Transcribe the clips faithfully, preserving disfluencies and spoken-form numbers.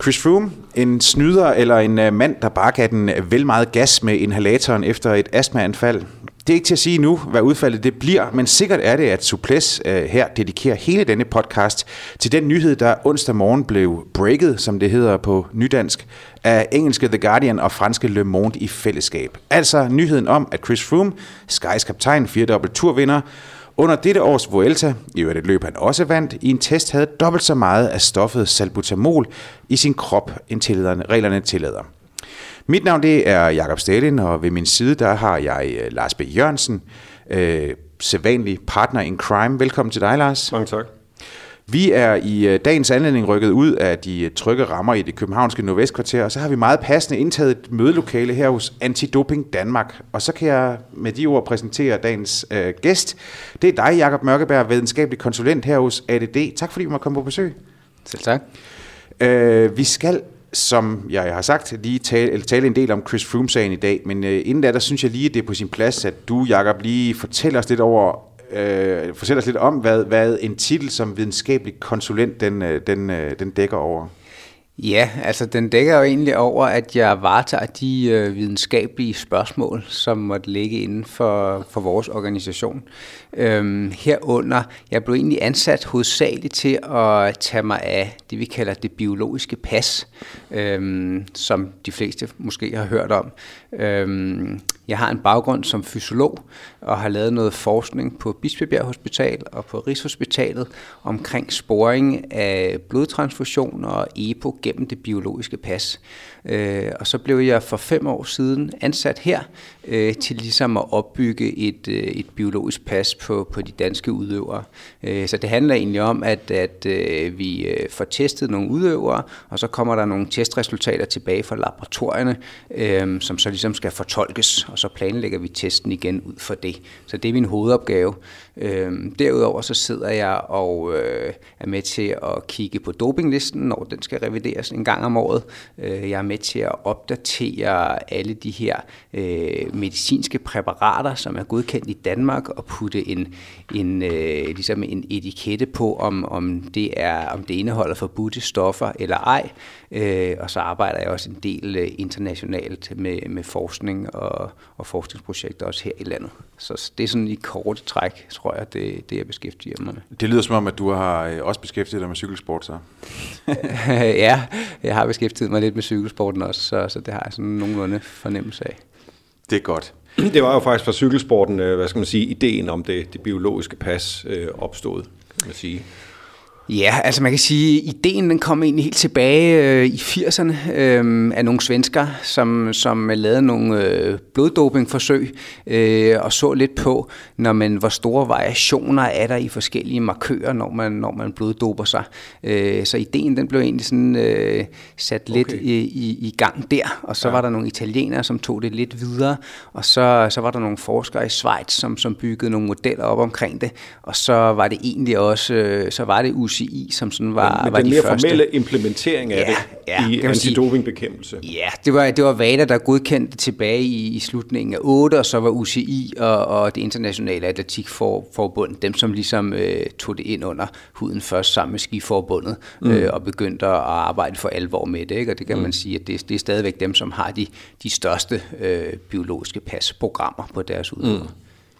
Chris Froome, en snyder eller en uh, mand, der bare gav den vel meget gas med inhalatoren efter et astmaanfald. Det er ikke til at sige nu, hvad udfaldet det bliver, men sikkert er det, at Suples uh, her dedikerer hele denne podcast til den nyhed, der onsdag morgen blev breaket, som det hedder på nydansk, af engelske The Guardian og franske Le Monde i fællesskab. Altså nyheden om, at Chris Froome, Skys kaptajn, firedobbelt turvinder, under dette års Vuelta, i øvrigt et løb han også vandt, i en test havde dobbelt så meget af stoffet salbutamol i sin krop, end reglerne tillader. Mit navn det er Jakob Stalin, og ved min side der har jeg Lars B. Jørgensen, øh, sædvanlig partner in crime. Velkommen til dig, Lars. Mange tak. Vi er i dagens anledning rykket ud af de trygge rammer i det københavnske Nordvestkvarter, og så har vi meget passende indtaget et mødelokale her hos Antidoping Danmark. Og så kan jeg med de ord præsentere dagens øh, gæst. Det er dig, Jakob Mørkeberg, videnskabelig konsulent her hos A D D. Tak fordi vi må komme på besøg. Selv tak. Øh, vi skal, som jeg har sagt, lige tale, tale en del om Chris Froome-sagen i dag, men øh, inden da, der synes jeg lige, at det er på sin plads, at du, Jakob, lige fortæller os lidt over Øh, fortæl os lidt om, hvad, hvad en titel som videnskabelig konsulent, den, den, den dækker over. Ja, altså den dækker jo egentlig over, at jeg varetager de øh, videnskabelige spørgsmål, som måtte ligge inden for, for vores organisation. Øhm, herunder, jeg blev egentlig ansat hovedsageligt til at tage mig af det, vi kalder det biologiske pas, øhm, som de fleste måske har hørt om. Øhm, jeg har en baggrund som fysiolog og har lavet noget forskning på Bispebjerg Hospital og på Rigshospitalet omkring sporing af blodtransfusion og E P O gennem det biologiske pas. Øh, og så blev jeg for fem år siden ansat her øh, til ligesom at opbygge et, øh, et biologisk pas på, på de danske udøvere. Øh, så det handler egentlig om, at, at øh, vi øh, får testet nogle udøvere, og så kommer der nogle testresultater tilbage fra laboratorierne, øh, som så ligesom skal fortolkes, og så planlægger vi testen igen ud for det. Så det er min hovedopgave. Øh, derudover så sidder jeg og øh, er med til at kigge på dopinglisten, når den skal revideres en gang om året. Øh, jeg er med til at opdatere alle de her øh, medicinske præparater, som er godkendt i Danmark, og putte en, en, øh, ligesom en etikette på, om, om, det er, om det indeholder forbudte stoffer eller ej. Øh, og så arbejder jeg også en del øh, internationalt med, med forskning og, og forskningsprojekter også her i landet. Så det er sådan i korte træk, tror jeg, det, det jeg beskæftiger mig med. Det lyder som om, at du har også beskæftiget dig med cykelsport, så. Ja, jeg har beskæftiget mig lidt med cykelsporten også, så, så det har jeg sådan nogenlunde fornemmelse af. Det er godt. Det var jo faktisk fra cykelsporten, hvad skal man sige, ideen om det, det biologiske pas øh, opstod, kan man sige. Ja, altså man kan sige, at ideen den kom egentlig helt tilbage øh, i firserne øh, af nogle svensker, som, som lavede nogle øh, bloddopingforsøg øh, og så lidt på, når man, hvor store variationer er der i forskellige markører, når man, når man bloddoper sig. Øh, så ideen den blev egentlig sådan, øh, sat okay. lidt i, i, i gang der, og så ja. var der nogle italienere, som tog det lidt videre, og så, så var der nogle forskere i Schweiz, som, som byggede nogle modeller op omkring det, og så var det egentlig også, øh, så var det U C I, som sådan var, men, men var den de mere første. formelle implementering af ja, det ja, i antidopingbekæmpelse. Ja, det var, det var WADA, der godkendte tilbage i, i slutningen af otte, og så var U C I og, og det internationale atletikforbund, dem som ligesom øh, tog det ind under huden først sammen med skiforbundet mm. øh, og begyndte at arbejde for alvor med det, ikke? Og det kan mm. man sige, at det, det er stadigvæk dem, som har de, de største øh, biologiske pasprogrammer på deres udøvere. Mm.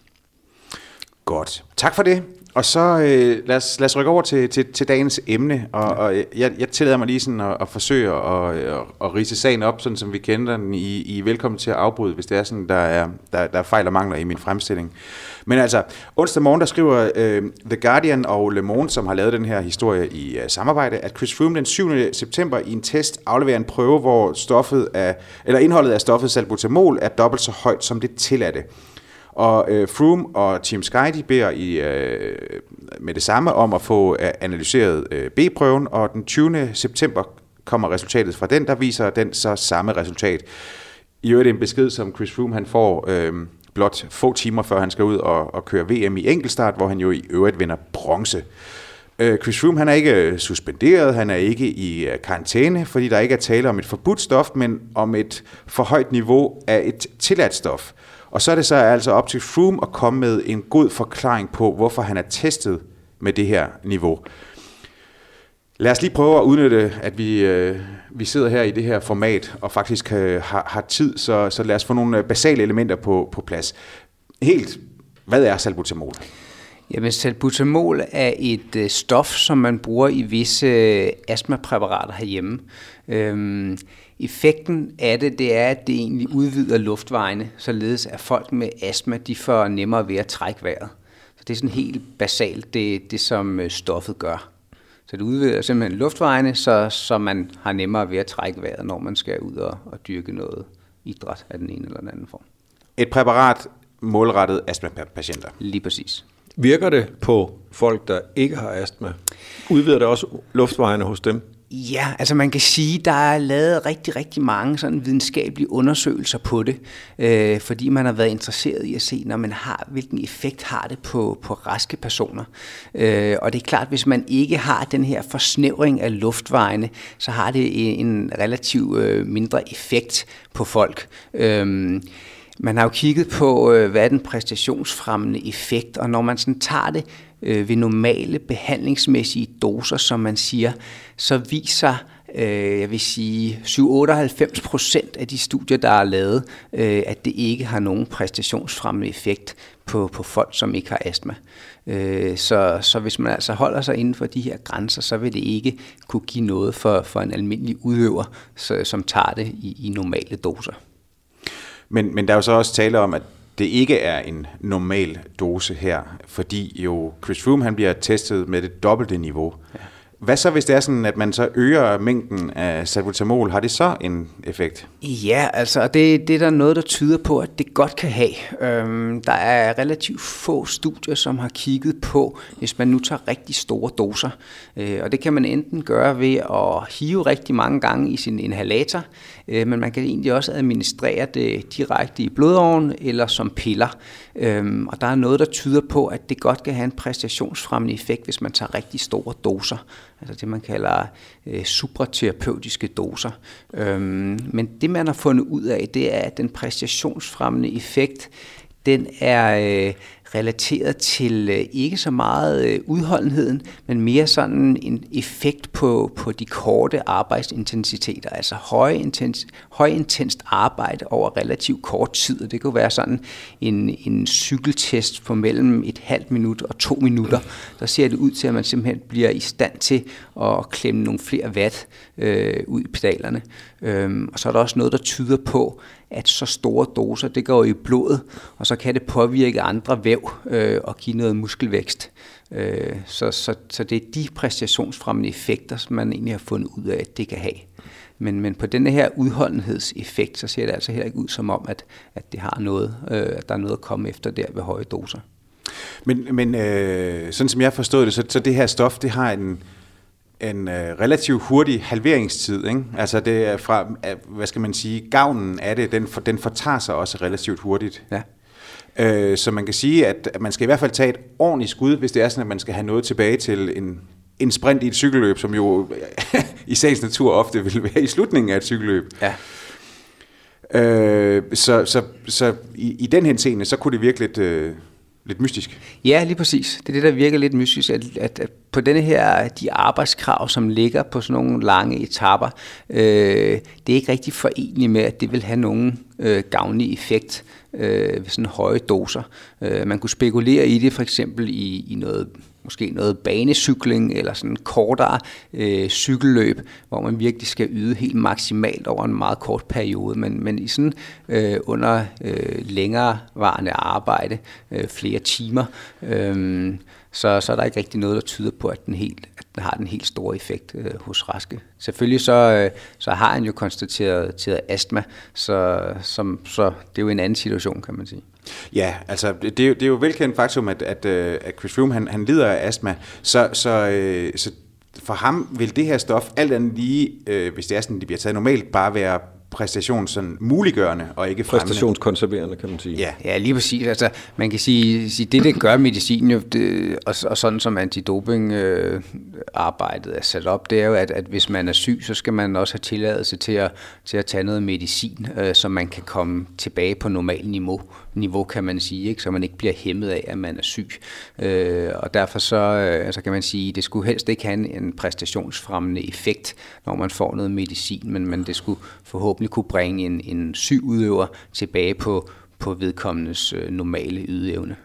Godt. Tak for det. Og så øh, lad, os, lad os rykke over til, til, til dagens emne, og, og jeg, jeg tillader mig lige sådan at, at forsøge at, at, at ridse sagen op, sådan som vi kender den. I, I er velkommen til at afbryde, hvis det er sådan, der er, der, der er fejl og mangler i min fremstilling. Men altså, onsdag morgen, der skriver øh, The Guardian og Le Monde, som har lavet den her historie i uh, samarbejde, at Chris Froome den syvende september i en test afleverer en prøve, hvor stoffet af, eller indholdet af stoffet salbutamol er dobbelt så højt som det tilladte. Og øh, Froome og Team Sky, de beder i, øh, med det samme om at få øh, analyseret øh, B-prøven, og den tyvende september kommer resultatet fra den, der viser den så samme resultat. I øvrigt en besked, som Chris Froome han får øh, blot få timer før han skal ud og, og køre V M i enkeltstart, hvor han jo i øvrigt vinder bronze. Øh, Chris Froome han er ikke suspenderet, han er ikke i øh, karantæne, fordi der ikke er tale om et forbudt stof, men om et for højt niveau af et tilladt stof. Og så er det så altså op til Froome at komme med en god forklaring på, hvorfor han er testet med det her niveau. Lad os lige prøve at udnytte, at vi, øh, vi sidder her i det her format, og faktisk øh, har, har tid, så, så lad os få nogle basale elementer på, på plads. Helt, hvad er salbutamol? Jamen, salbutamol er et øh, stof, som man bruger i visse øh, astmapræparater herhjemme. Øhm, effekten af det, det er, at det egentlig udvider luftvejene, således at folk med astma, de får nemmere ved at trække vejret. Så det er sådan helt basalt, det, det som øh, stoffet gør. Så det udvider simpelthen luftvejene, så, så man har nemmere ved at trække vejret, når man skal ud og, og dyrke noget idræt af den ene eller den anden form. Et præparat målrettet astmapatienter. Lige præcis. Virker det på folk, der ikke har astma? Udvider det også luftvejene hos dem? Ja, altså man kan sige, der er lavet rigtig, rigtig mange sådan videnskabelige undersøgelser på det, øh, fordi man har været interesseret i at se, når man har, hvilken effekt har det på, på raske personer. Øh, og det er klart, hvis man ikke har den her forsnævring af luftvejene, så har det en relativt øh, mindre effekt på folk. Øh, Man har jo kigget på, hvad er den præstationsfremmende effekt, og når man sådan tager det øh, ved normale behandlingsmæssige doser, som man siger, så viser, øh, jeg vil sige, syv til otteoghalvfems procent af de studier, der er lavet, øh, at det ikke har nogen præstationsfremmende effekt på, på folk, som ikke har astma. Øh, så, så hvis man altså holder sig inden for de her grænser, så vil det ikke kunne give noget for, for en almindelig udøver, så, som tager det i, i normale doser. Men, men der er jo så også tale om, at det ikke er en normal dose her, fordi jo Chris Froome han bliver testet med det dobbelte niveau. Ja. Hvad så, hvis det er sådan, at man så øger mængden af salbutamol? Har det så en effekt? Ja, altså det, det er der noget, der tyder på, at det godt kan have. Øhm, der er relativt få studier, som har kigget på, hvis man nu tager rigtig store doser. Øh, og det kan man enten gøre ved at hive rigtig mange gange i sin inhalator, øh, men man kan egentlig også administrere det direkte i blodåren eller som piller. Øhm, og der er noget, der tyder på, at det godt kan have en præstationsfremmende effekt, hvis man tager rigtig store doser. Altså det, man kalder øh, supraterapeutiske doser. Øhm, men det, man har fundet ud af, det er, at den præstationsfremmende effekt, den er øh, relateret til øh, ikke så meget øh, udholdenheden, men mere sådan en effekt på, på de korte arbejdsintensiteter, altså høj intens, højintenst arbejde over relativt kort tid. Og det kunne være sådan en, en cykeltest på mellem et halvt minut og to minutter. Der ser det ud til, at man simpelthen bliver i stand til at klemme nogle flere watt øh, ud i pedalerne. Øhm, og så er der også noget, der tyder på, at så store doser, det går i blodet, og så kan det påvirke andre væv øh, og give noget muskelvækst. Øh, så, så, så det er de præstationsfremmende effekter, som man egentlig har fundet ud af, at det kan have. Men, men på denne her udholdenhedseffekt, så ser det altså heller ikke ud som om, at, at det har noget, øh, at der er noget at komme efter der ved høje doser. Men, men øh, sådan som jeg forstod det, så, så det her stof, det har en en øh, relativt hurtig halveringstid, ikke? Altså det er fra, hvad skal man sige, gavnen af det, den, for, den fortager sig også relativt hurtigt. Ja. Øh, så man kan sige, at, at man skal i hvert fald tage et ordentligt skud, hvis det er sådan, at man skal have noget tilbage til en, en sprint i et cykelløb, som jo i sagens natur ofte vil være i slutningen af et cykelløb. Ja. Øh, så så, så i, i den henseende, så kunne det virke lidt... Øh, Lidt mystisk. Ja, lige præcis. Det er det, der virker lidt mystisk, at, at, at på denne her, de arbejdskrav, som ligger på sådan nogle lange etaper, øh, det er ikke rigtig forenligt med, at det vil have nogen øh, gavnlig effekt øh, ved sådan høje doser. Øh, man kunne spekulere i det for eksempel i, i noget, måske noget banecykling eller sådan kortere øh, cykelløb, hvor man virkelig skal yde helt maksimalt over en meget kort periode, men, men i sådan øh, under øh, længerevarende arbejde, øh, flere timer, øh, så, så er der ikke rigtig noget, der tyder på, at den, helt, at den har den helt store effekt øh, hos raske. Selvfølgelig så, øh, så har han jo konstateret til astma, så, som, så det er jo en anden situation, kan man sige. Ja, altså det er jo, det er jo velkendt faktum, at, at, at Chris Froome han, han lider af astma, så, så, øh, så for ham vil det her stof alt andet lige, øh, hvis det er sådan, det bliver taget normalt, bare være præstations sådan muliggørende og ikke fremmende. Præstationskonserverende, kan man sige. Ja, ja lige præcis. Altså, man kan sige, sige det, det gør medicin jo, det, og, og sådan som antidoping-arbejdet øh, er sat op, det er jo, at, at hvis man er syg, så skal man også have tilladelse til at, til at tage noget medicin, øh, så man kan komme tilbage på normal niveau, niveau kan man sige, ikke? Så man ikke bliver hæmmet af, at man er syg. Øh, og derfor så øh, altså kan man sige, det skulle helst ikke have en, en præstationsfremmende effekt, når man får noget medicin, men, men det skulle forhåbentlig kunne bringe en, en syg udøver tilbage på, på vedkommendes øh, normale ydeevne.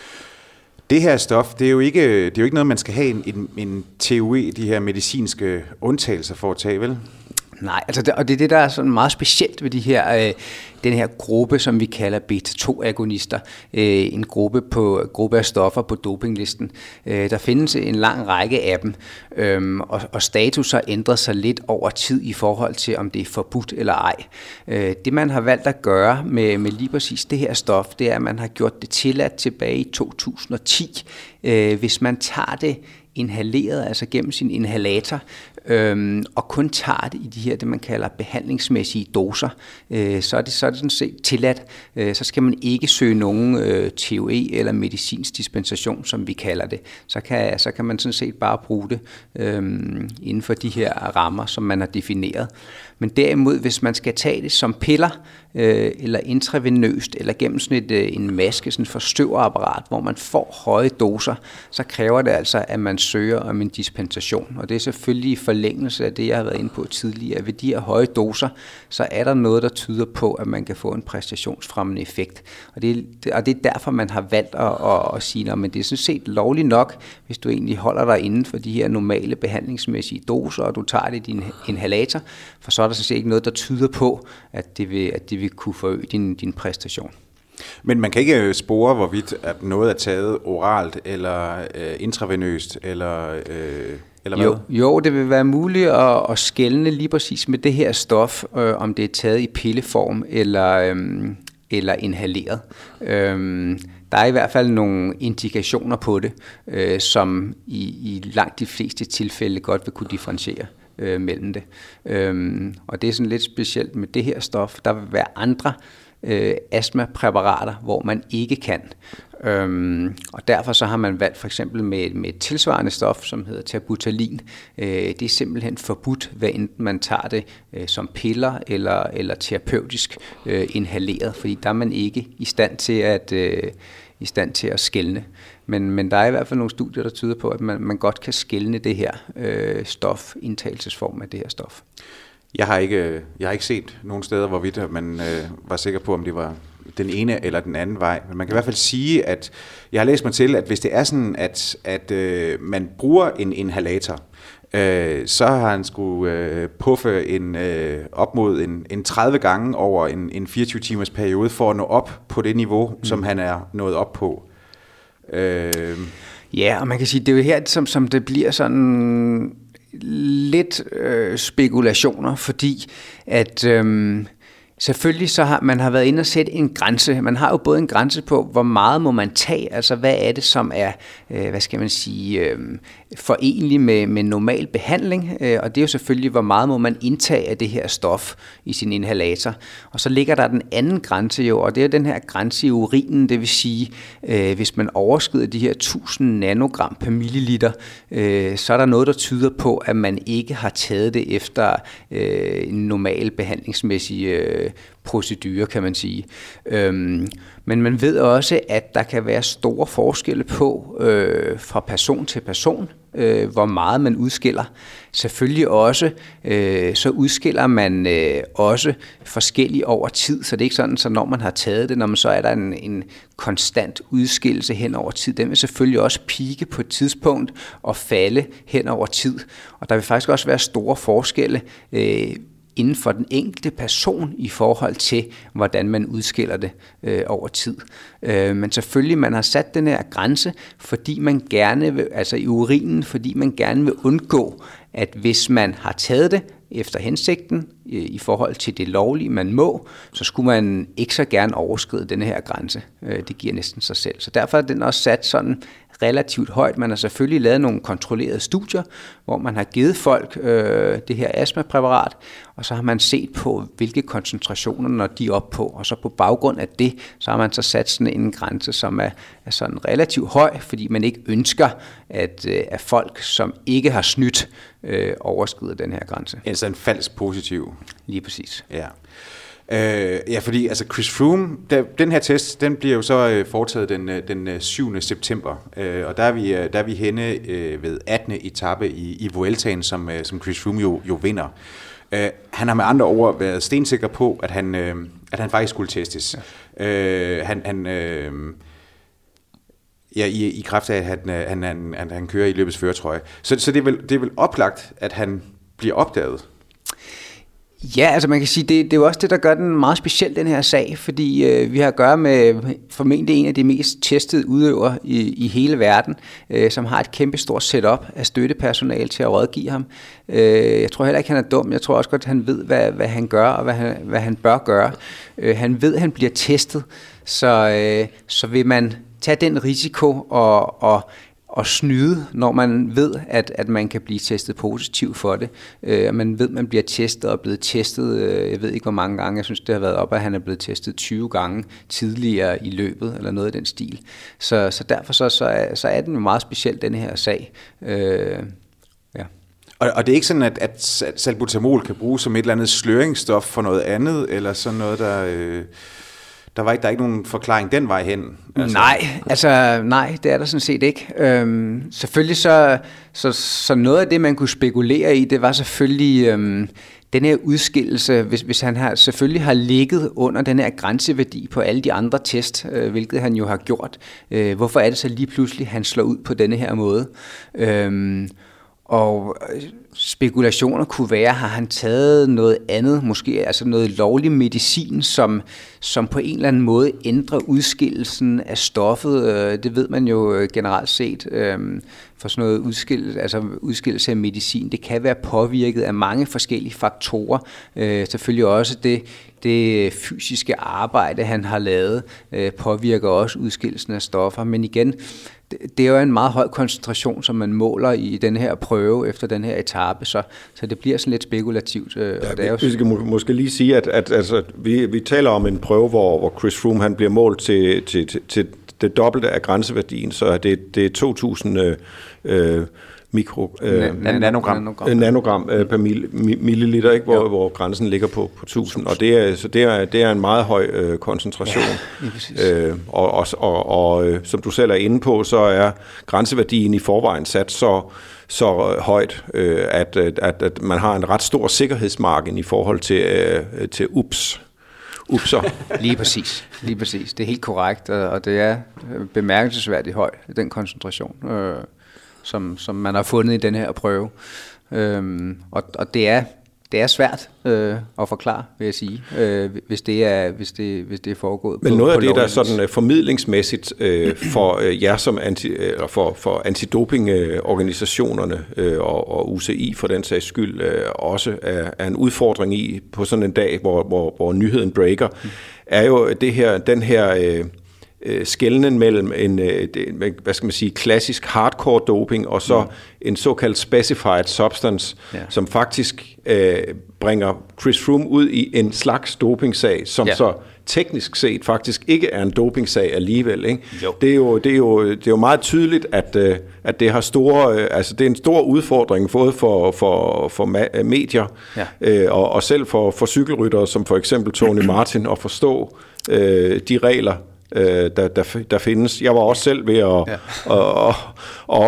Det her stof, det er jo ikke, det er jo ikke noget, man skal have en, en, en T U E, de her medicinske undtagelser for at tage, vel? Nej, altså det, og det er det, der er sådan meget specielt ved de her, øh, den her gruppe, som vi kalder beta to agonister, øh, en gruppe, på, gruppe af stoffer på dopinglisten. Øh, der findes en lang række af dem, øh, og, og status har ændret sig lidt over tid i forhold til, om det er forbudt eller ej. Øh, det, man har valgt at gøre med, med lige præcis det her stof, det er, at man har gjort det tilladt tilbage i to tusind og ti. Øh, hvis man tager det inhaleret, altså gennem sin inhalator, øhm, og kun tager det i de her, det man kalder behandlingsmæssige doser, øh, så, er det, så er det sådan set tilladt. Øh, så skal man ikke søge nogen øh, T U E eller medicinsk dispensation, som vi kalder det. Så kan, så kan man sådan set bare bruge det øh, inden for de her rammer, som man har defineret. Men derimod, hvis man skal tage det som piller, øh, eller intravenøst, eller gennem sådan et, øh, en maske, sådan et forstøverapparat, hvor man får høje doser, så kræver det altså, at man søger om en dispensation. Og det er selvfølgelig i forlængelse af det, jeg har været inde på tidligere. Ved de her høje doser, så er der noget, der tyder på, at man kan få en præstationsfremmende effekt. Og det, og det er derfor, man har valgt at, at, at sige, at det er sådan set lovligt nok, hvis du egentlig holder dig inden for de her normale behandlingsmæssige doser, og du tager det i din inhalator, for så er der sådan set ikke noget, der tyder på, at det vil, at det vil kunne forøge din, din præstation. Men man kan ikke spore, hvorvidt at noget er taget oralt, eller øh, intravenøst, eller, øh, eller hvad? Jo, jo, det vil være muligt at, at skelne lige præcis med det her stof, øh, om det er taget i pilleform eller, øh, eller inhaleret. Øh, der er i hvert fald nogle indikationer på det, øh, som i, i langt de fleste tilfælde godt vil kunne differentiere øh, mellem det. Øh, og det er sådan lidt specielt med det her stof. Der vil være andre Øh, astmapræparater, hvor man ikke kan. Øhm, og derfor så har man valgt for eksempel med, med et tilsvarende stof, som hedder terbutalin. Øh, det er simpelthen forbudt, hvad enten man tager det øh, som piller eller, eller terapeutisk øh, inhaleret, fordi der er man ikke i stand til at, øh, i stand til at skelne. Men, men der er i hvert fald nogle studier, der tyder på, at man, man godt kan skelne det her øh, stof, indtagelsesform af det her stof. Jeg har ikke, jeg har ikke set nogen steder, hvorvidt man øh, var sikker på, om det var den ene eller den anden vej. Men man kan i hvert fald sige, at jeg har læst mig til, at hvis det er sådan, at, at øh, man bruger en inhalator, øh, så har han skulle øh, puffe en, øh, op mod en, en tredive gange over en, en fireogtyve timers periode, for at nå op på det niveau, mm. som han er nået op på. Øh. Ja, og man kan sige, det er jo her, som, som det bliver sådan lidt øh, spekulationer, fordi at øh, selvfølgelig så har man har været inde og sætte en grænse. Man har jo både en grænse på, hvor meget må man tage, altså hvad er det, som er, øh, hvad skal man sige, øh, forenlig med, med normal behandling, øh, og det er jo selvfølgelig, hvor meget må man indtage af det her stof i sin inhalator. Og så ligger der den anden grænse jo, og det er den her grænse i urinen, det vil sige, øh, hvis man overskrider de her tusind nanogram per milliliter, øh, så er der noget, der tyder på, at man ikke har taget det efter øh, en normal behandlingsmæssig øh, procedure, kan man sige. Øhm, men man ved også, at der kan være store forskelle på øh, fra person til person, øh, hvor meget man udskiller. Selvfølgelig også, øh, så udskiller man øh, også forskellige over tid, så det er ikke sådan, så når man har taget det, når man så er der en, en konstant udskillelse hen over tid. Den vil selvfølgelig også pike på et tidspunkt og falde hen over tid. Og der vil faktisk også være store forskelle øh, inden for den enkelte person i forhold til, hvordan man udskiller det øh, over tid. Øh, men selvfølgelig, man har sat den her grænse, fordi man gerne vil, altså i urinen, fordi man gerne vil undgå, at hvis man har taget det efter hensigten, i forhold til det lovlige, man må, så skulle man ikke så gerne overskride denne her grænse. Det giver næsten sig selv. Så derfor er den også sat sådan relativt højt. Man har selvfølgelig lavet nogle kontrollerede studier, hvor man har givet folk øh, det her astmapræparat, og så har man set på, hvilke koncentrationer når de er op på, og så på baggrund af det, så har man så sat sådan en grænse, som er, er sådan relativt høj, fordi man ikke ønsker, at, øh, at folk, som ikke har snydt, øh, overskrider den her grænse. Altså en falsk positiv. Lige præcis. Ja. Øh, ja, fordi altså Chris Froome, der, den her test, den bliver jo så øh, foretaget den, den syvende september, øh, og der er vi, der er vi henne øh, ved attende etape i, i Vueltaen, som, øh, som Chris Froome jo, jo vinder. Øh, han har med andre ord været stensikker på, at han, øh, at han faktisk skulle testes. Ja. Øh, han, han, øh, ja, i, i kraft af, at han, han, han, han, han kører i løbets førertrøje. Så, så det, er vel, det er vel oplagt, at han bliver opdaget. Ja, altså man kan sige, det, det er jo også det, der gør den meget speciel, den her sag, fordi øh, vi har at gøre med formentlig en af de mest testede udøvere i, i hele verden, øh, som har et kæmpe stort setup af støttepersonale til at rådgive ham. Øh, jeg tror heller ikke, han er dum. Jeg tror også godt, at han ved, hvad, hvad han gør, og hvad han, hvad han bør gøre. Øh, han ved, at han bliver testet, så, øh, så vil man tage den risiko og... og og snyde, når man ved, at, at man kan blive testet positivt for det. Øh, man ved, at man bliver testet og er blevet testet, øh, jeg ved ikke hvor mange gange, jeg synes, det har været op, at han er blevet testet tyve gange tidligere i løbet, eller noget af den stil. Så, så derfor så, så, er, så er den jo meget speciel, denne her sag. Øh, ja. Og, og det er ikke sådan, at, at salbutamol kan bruges som et eller andet sløringsstof for noget andet, eller sådan noget, der... Øh Der var ikke, der er ikke nogen forklaring den vej hen? Altså. Nej, altså nej, det er der sådan set ikke. Øhm, selvfølgelig så, så, så noget af det, man kunne spekulere i, det var selvfølgelig øhm, den her udskillelse, hvis, hvis han har, selvfølgelig har ligget under den her grænseværdi på alle de andre test, øh, hvilket han jo har gjort. Øh, hvorfor er det så lige pludselig, han slår ud på denne her måde? Øhm, og spekulationer kunne være, har han taget noget andet, måske altså noget lovlig medicin, som, som på en eller anden måde ændrer udskillelsen af stoffet. Det ved man jo generelt set. For sådan noget udskillelse, altså udskillelse af medicin, det kan være påvirket af mange forskellige faktorer. Selvfølgelig også det, det fysiske arbejde, han har lavet, påvirker også udskillelsen af stoffer. Men igen, det er jo en meget høj koncentration, som man måler i den her prøve efter den her etape, så, så det bliver sådan lidt spekulativt. Ja, og det er jo... Vi skal må, måske lige sige, at, at altså, vi, vi taler om en prøve, hvor, hvor Chris Froome han bliver målt til, til, til, til det dobbelte af grænseværdien, så det, det er to tusind øh, mikro, øh, nanogram, nanogram, nanogram øh, per mil, milliliter, ikke? Hvor, hvor grænsen ligger på, på tusind, og det er, så det er, det er en meget høj øh, koncentration. Ja, øh, og, og, og, og øh, som du selv er inde på, så er grænseværdien i forvejen sat så så højt, øh, at, at, at man har en ret stor sikkerhedsmargin i forhold til, øh, til ups. Upser. Lige præcis, lige præcis. Det er helt korrekt, og det er bemærkelsesværdigt højt, den koncentration, øh, som, som man har fundet i den her prøve. Øhm, og, og det er det er svært øh, at forklare, vil jeg sige, øh, hvis det er hvis det hvis det er foregået. Men på, noget på af det, der er sådan uh, formidlingsmæssigt øh, for øh, jer som anti, eller for for antidopingorganisationerne øh, og, og U C I for den sags skyld øh, også er, er en udfordring i på sådan en dag, hvor hvor, hvor nyheden breaker, mm. er jo det her den her øh, skelnen mellem en, hvad skal man sige, klassisk hardcore doping og så mm. en såkaldt specified substance, ja. som faktisk øh, bringer Chris Froome ud i en slags dopingsag, som ja. så teknisk set faktisk ikke er en dopingsag alligevel. Ikke? Det, er jo, det, er jo, det er jo meget tydeligt, at, at det har store, altså det er en stor udfordring både for, for, for medier ja. øh, og, og selv for, for cykelryttere, som for eksempel Tony Martin, at forstå øh, de regler, Der, der, der findes. Jeg var også selv ved at, ja. og, og, og,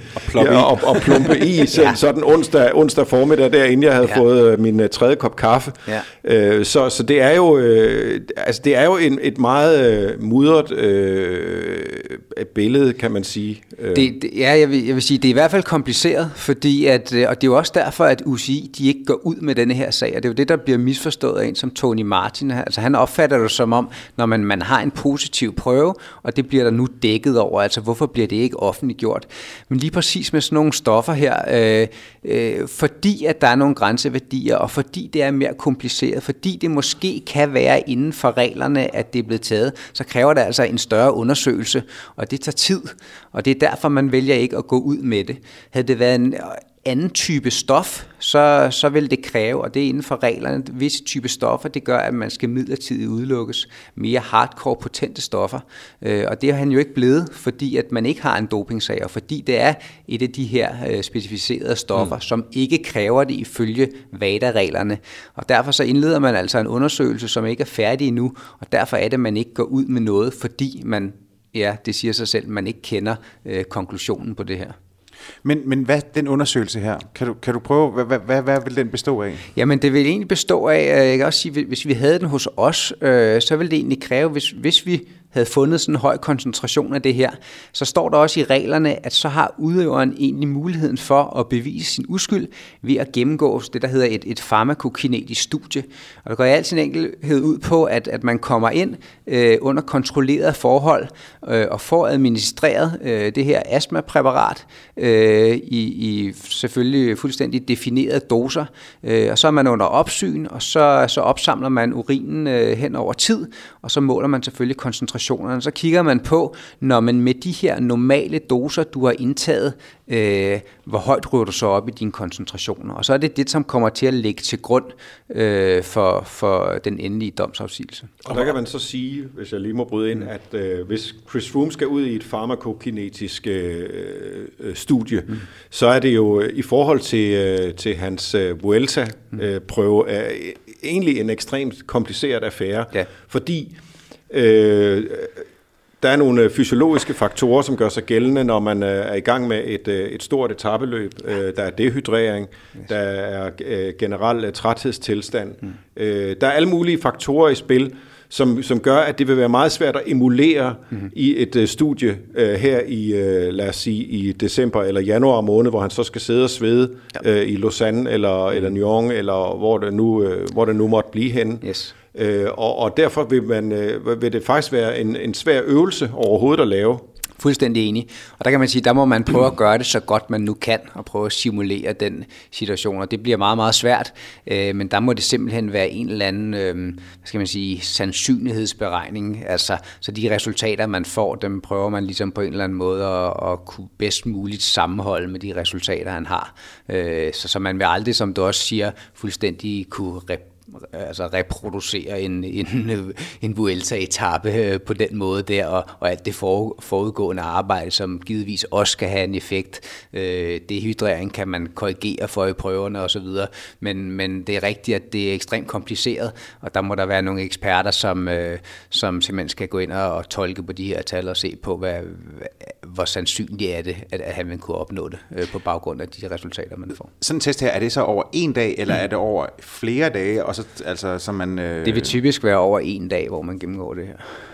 ja, og, og plumpe i ja. sådan onsdag, onsdag formiddag, der inden jeg havde ja. fået min tredje kop kaffe. Ja. Så, så det er jo, altså det er jo en, et meget mudret øh, billede, kan man sige. Det, det, ja, jeg vil, jeg vil sige, det er i hvert fald kompliceret, fordi at, og det er jo også derfor, at U C I de ikke går ud med denne her sag, og det er jo det, der bliver misforstået af en som Tony Martin. Altså han opfatter det som om, når man, man har en positiv prøve, og det bliver der nu dækket over, altså hvorfor bliver det ikke offentliggjort? Men lige præcis med sådan nogle stoffer her, øh, øh, fordi at der er nogle grænseværdier, og fordi det er mere kompliceret, fordi det måske kan være inden for reglerne, at det er blevet taget, så kræver det altså en større undersøgelse, og det tager tid, og det er derfor, man vælger ikke at gå ud med det. Havde det været en anden type stof, så, så vil det kræve, og det er inden for reglerne, visse type stoffer, det gør, at man skal midlertidigt udelukkes mere hardcore potente stoffer, øh, og det er han jo ikke blevet, fordi at man ikke har en dopingsag, og fordi det er et af de her øh, specificerede stoffer, mm. som ikke kræver det ifølge V A D A-reglerne, og derfor så indleder man altså en undersøgelse, som ikke er færdig endnu, og derfor er det, at man ikke går ud med noget, fordi man, ja, det siger sig selv, man ikke kender øh, konklusionen på det her. Men, men hvad den undersøgelse her, kan du, kan du prøve, hvad, hvad, hvad vil den bestå af? Jamen det vil egentlig bestå af, jeg kan også sige, hvis vi havde den hos os, øh, så ville det egentlig kræve, hvis, hvis vi havde fundet sådan en høj koncentration af det her, så står der også i reglerne, at så har udøveren egentlig muligheden for at bevise sin uskyld ved at gennemgå det, der hedder et, et farmakokinetisk studie. Og det går i al sin enkelhed ud på, at, at man kommer ind øh, under kontrolleret forhold øh, og får administreret øh, det her astmapræparat øh, i, i selvfølgelig fuldstændig definerede doser, øh, og så er man under opsyn, og så, så opsamler man urinen øh, hen over tid, og så måler man selvfølgelig koncentrationen. Så kigger man på, når man med de her normale doser, du har indtaget, øh, hvor højt ryger du så op i dine koncentrationer. Og så er det det, som kommer til at ligge til grund øh, for, for den endelige domsafsigelse. Og der kan man så sige, hvis jeg lige må bryde ind, at øh, hvis Chris Froome skal ud i et farmakokinetisk øh, øh, studie, mm. så er det jo i forhold til, øh, til hans øh, Vuelta-prøve øh, egentlig en ekstremt kompliceret affære, ja. fordi Øh, der er nogle fysiologiske faktorer, som gør sig gældende, når man er i gang med et, et stort etapeløb. Der er dehydrering, der er generel træthedstilstand. Mm. Der er alle mulige faktorer i spil, som, som gør, at det vil være meget svært at emulere mm. i et studie her i, lad os sige, i december eller januar måned, hvor han så skal sidde og svede ja. i Lausanne eller, mm. eller Nyon, eller hvor det nu, hvor det nu måtte blive henne. Yes. Øh, og, og derfor vil, man, øh, vil det faktisk være en, en svær øvelse overhovedet at lave. Fuldstændig enig. Og der kan man sige, der må man prøve at gøre det så godt man nu kan, og prøve at simulere den situation, og det bliver meget, meget svært, øh, men der må det simpelthen være en eller anden, øh, hvad skal man sige, sandsynlighedsberegning, altså, så de resultater, man får, dem prøver man ligesom på en eller anden måde at, at kunne bedst muligt sammenholde med de resultater, han har. Øh, så, så man vil aldrig, som du også siger, fuldstændig kunne rep- altså reproducere en, en, en Vuelta-etape på den måde der, og, og alt det for, forudgående arbejde, som givetvis også skal have en effekt. Øh, dehydrering kan man korrigere for i prøverne osv., men, men det er rigtigt, at det er ekstremt kompliceret, og der må der være nogle eksperter, som, øh, som simpelthen skal gå ind og, og tolke på de her tal og se på, hvad, hvor sandsynligt er det, at, at han vil kunne opnå det øh, på baggrund af de resultater, man får. Sådan en test her, er det så over en dag, eller er det over flere dage, og så, altså, så man... Øh... Det vil typisk være over en dag, hvor man gennemgår det her.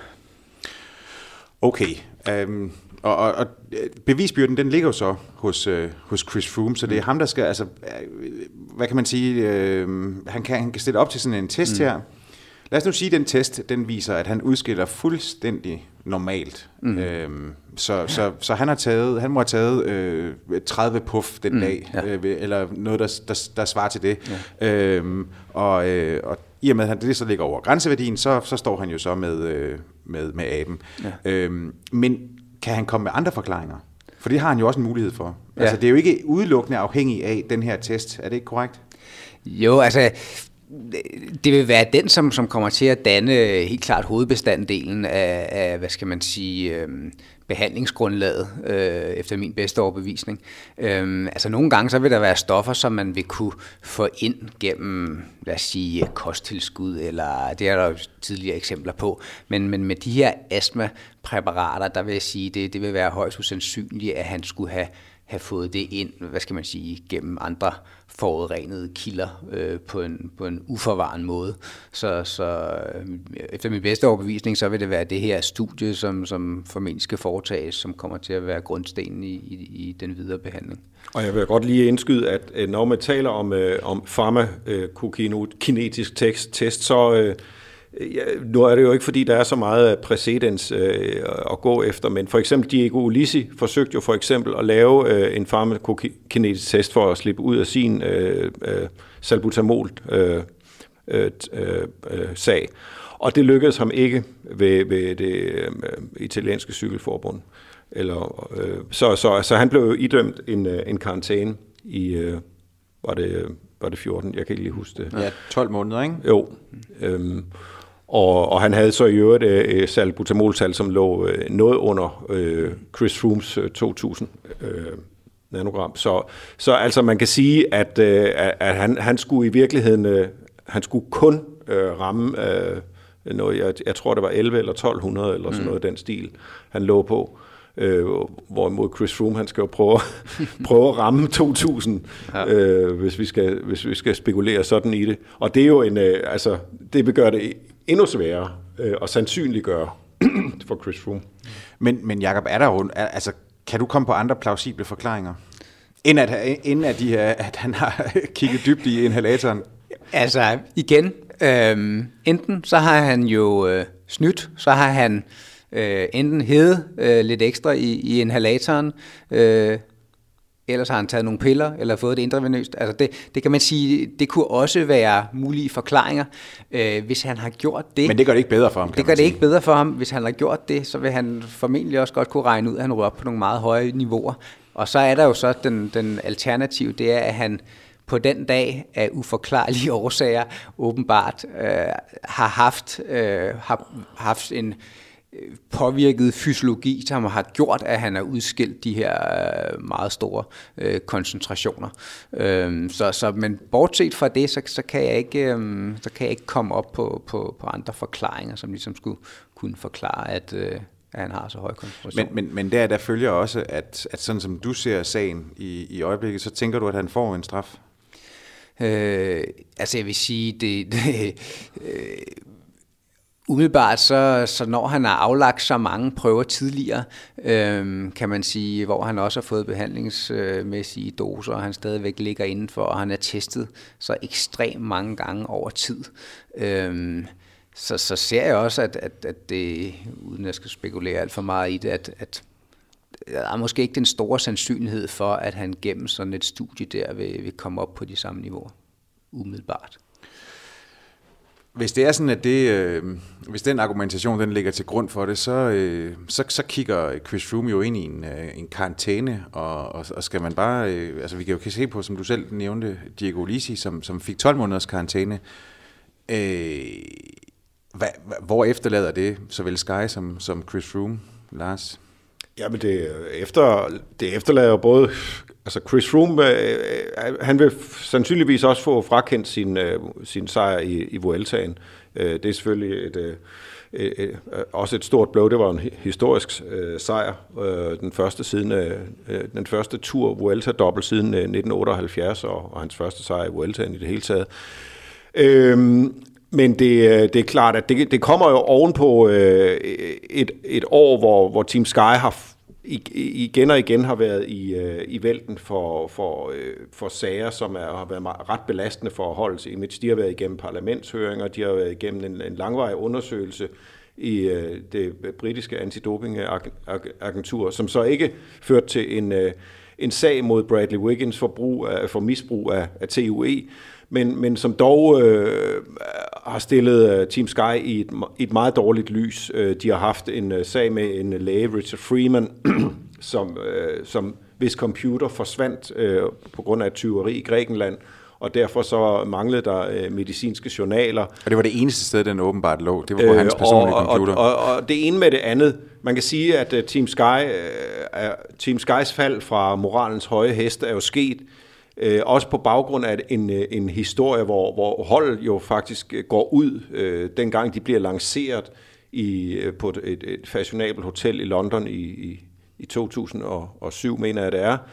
Okay, øhm, og, og, og bevisbyrden, den ligger jo så hos, øh, hos Chris Froome, så det er ham, der skal, altså, øh, hvad kan man sige, øh, han, kan, han kan stille op til sådan en test mm. her. Lad os nu sige, at den test, den viser, at han udskiller fuldstændig normalt. Mm. Øhm, så, så, så han har taget, han må have taget øh, tredive puff den mm, dag, ja. øh, eller noget, der, der, der svarer til det. Ja. Øhm, og, øh, og i og med, at det så ligger over grænseværdien, så, så står han jo så med, øh, med, med aben. Ja. Øhm, men kan han komme med andre forklaringer? For det har han jo også en mulighed for. Ja. Altså, det er jo ikke udelukkende afhængig af den her test. Er det ikke korrekt? Jo, altså... Det vil være den, som, som kommer til at danne helt klart hovedbestanddelen af, af hvad skal man sige, øh, behandlingsgrundlaget, øh, efter min bedste overbevisning. Øh, altså nogle gange, så vil der være stoffer, som man vil kunne få ind gennem, lad os sige, kosttilskud, eller det er der jo tidligere eksempler på. Men, men med de her astmapræparater, der vil jeg sige, det, det vil være højst usandsynligt, at han skulle have have fået det ind, hvad skal man sige, gennem andre forurenede kilder øh, på, en, på en uforvaren måde. Så, så øh, efter min bedste overbevisning, så vil det være det her studie, som, som formentlig skal foretages, som kommer til at være grundstenen i, i, i den videre behandling. Og jeg vil godt lige indskyde, at når man taler om, øh, om farmakokinetisk test, test, så øh, ja, nu er det jo ikke, fordi der er så meget præcedens øh, at gå efter, men for eksempel Diego Ulissi forsøgte jo for eksempel at lave øh, en farmakokinetisk test for at slippe ud af sin øh, øh, salbutamol øh, øh, øh, sag. Og det lykkedes ham ikke ved, ved det øh, italienske cykelforbund. Eller, øh, så, så, så han blev idømt en, en karantæne i, øh, var, det, var det fjorten? Jeg kan ikke lige huske det. Ja, tolv måneder, ikke? Jo. Øhm, og, og han havde så i øvrigt øh, salbutamoltal, som lå øh, noget under øh, Chris Froomes øh, to tusind øh, nanogram. Så, så altså man kan sige, at, øh, at han, han skulle i virkeligheden, øh, han skulle kun øh, ramme øh, noget, jeg, jeg tror det var elleve eller tolv hundrede eller sådan noget mm. den stil, han lå på. Øh, hvorimod Chris Froome, han skal jo prøve, prøve at ramme to tusind, ja. øh, hvis, vi skal, hvis vi skal spekulere sådan i det. Og det er jo en, øh, altså, det vil gøre det endnu sværere øh, at sandsynliggøre for Chris Froome. Men, men Jakob, er der jo, altså, kan du komme på andre plausible forklaringer? Inden at, inden at, de, at han har kigget dybt i inhalatoren? Altså, igen, øh, enten så har han jo øh, snydt, så har han Øh, enten hævet øh, lidt ekstra i, i inhalatoren, øh, ellers har han taget nogle piller, eller fået det intravenøst. Altså det, det kan man sige, det kunne også være mulige forklaringer, øh, hvis han har gjort det. Men det gør det ikke bedre for ham, kan Det gør det ikke bedre for ham. Hvis han har gjort det, så vil han formentlig også godt kunne regne ud, at han ryger op på nogle meget høje niveauer. Og så er der jo så den, den alternativ, det er, at han på den dag af uforklarlige årsager åbenbart øh, har haft, øh, har haft en påvirket fysiologi, som har gjort, at han har udskilt de her øh, meget store øh, koncentrationer. Øh, så, så, men bortset fra det, så, så, kan jeg ikke, øh, så kan jeg ikke komme op på, på, på andre forklaringer, som ligesom skulle kunne forklare, at, øh, at han har så høj koncentration. Men, men, men der, der følger også, at, at sådan som du ser sagen i, i øjeblikket, så tænker du, at han får en straf? Øh, altså jeg vil sige, det... det øh, Umiddelbart, så, så når han har aflagt så mange prøver tidligere, øhm, kan man sige, hvor han også har fået behandlingsmæssige doser, og han stadigvæk ligger indenfor, og han er testet så ekstremt mange gange over tid. Øhm, så, så ser jeg også, at, at, at det, uden at jeg skal spekulere alt for meget i det, at, at der er måske ikke den store sandsynlighed for, at han gennem sådan et studie der vil, vil komme op på de samme niveauer, umiddelbart. Hvis det er sådan, at det, øh, hvis den argumentation den ligger til grund for det, så, øh, så, så kigger Chris Froome jo ind i en, øh, en karantæne, og, og, og skal man bare, øh, altså vi kan jo se på, som du selv nævnte, Diego Ulissi, som, som fik tolv måneders karantæne. Øh, hvad, hvor efterlader det såvel Sky som, som Chris Froome, Lars? Ja, men det, efter, det efterlader både, altså Chris Froome, øh, han vil sandsynligvis også få frakendt sin, øh, sin sejr i, i Vueltaen. Øh, det er selvfølgelig et, øh, øh, også et stort blow. Det var en historisk øh, sejr. Øh, den første siden, øh, den første tur Vuelta dobbelt siden øh, nitten otteoghalvfjerds, og, og hans første sejr i Vueltaen i det hele taget. Øh, Men det, det er klart, at det, det kommer jo ovenpå øh, et, et år, hvor, hvor Team Sky har igen og igen har været i, øh, i vælten for, for, øh, for sager, som er, har været ret belastende for holdets image. De har været igennem parlamentshøringer, de har været igennem en, en langvarig undersøgelse i øh, det britiske antidopingagentur, som så ikke førte til en, øh, en sag mod Bradley Wiggins for, brug af, for misbrug af, af T U E, men, men som dog øh, har stillet Team Sky i et, i et meget dårligt lys. De har haft en uh, sag med en læge, Richard Freeman, som, øh, som hvis computer forsvandt øh, på grund af et tyveri i Grækenland, og derfor så manglede der øh, medicinske journaler. Og det var det eneste sted, den åbenbart lå. Det var på øh, hans personlige og, computer. Og, og, og det ene med det andet. Man kan sige, at uh, Team Sky, uh, Team Skys fald fra moralens høje hest er jo sket, Øh, også på baggrund af en, en historie, hvor, hvor holdet jo faktisk går ud, øh, dengang de bliver lanceret i, på et, et fashionabelt hotel i London i, i, i to tusind og syv, mener jeg det er.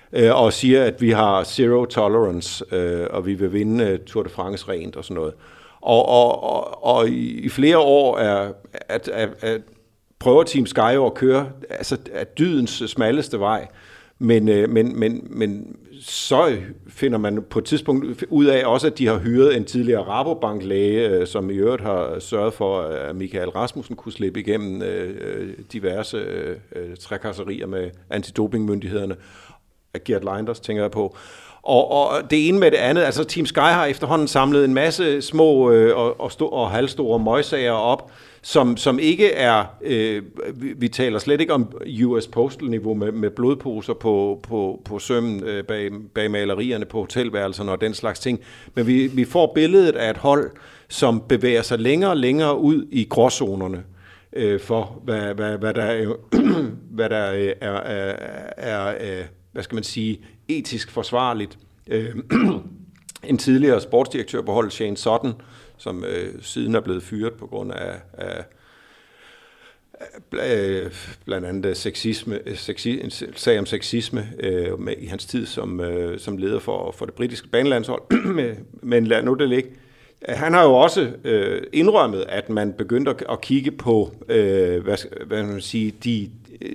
øh, og siger, at vi har zero tolerance, øh, og vi vil vinde Tour de France rent og sådan noget. Og, og, og, og i, i flere år er, at, at, at prøver Team Sky at køre altså, at dydens smalleste vej, men, men, men, men så finder man på et tidspunkt ud af også, at de har hyret en tidligere Rabobank-læge, som i øvrigt har sørget for, at Michael Rasmussen kunne slippe igennem diverse trakasserier med antidopingmyndighederne. Gert Leinders tænker jeg på. Og, og det ene med det andet, altså Team Sky har efterhånden samlet en masse små øh, og, og, sto- og halvstore møgsager op, som, som ikke er, øh, vi, vi taler slet ikke om U S Postal-niveau med, med blodposer på, på, på sømmen øh, bag, bag malerierne på hotelværelserne og den slags ting, men vi, vi får billedet af et hold, som bevæger sig længere og længere ud i gråzonerne øh, for, hvad, hvad, hvad der er, hvad der er, er, er, er, er hvad skal man sige, etisk forsvarligt. Øh, en tidligere sportsdirektør på holdet, Shane Sutton, som øh, siden er blevet fyret på grund af, af, af blandt andet sexisme, sexi, en sag om sexisme øh, med, i hans tid som, øh, som leder for, for det britiske banelandshold. Men lad nu det ligge. Han har jo også øh, indrømmet, at man begyndte at, at kigge på øh, hvad, hvad man sige, de,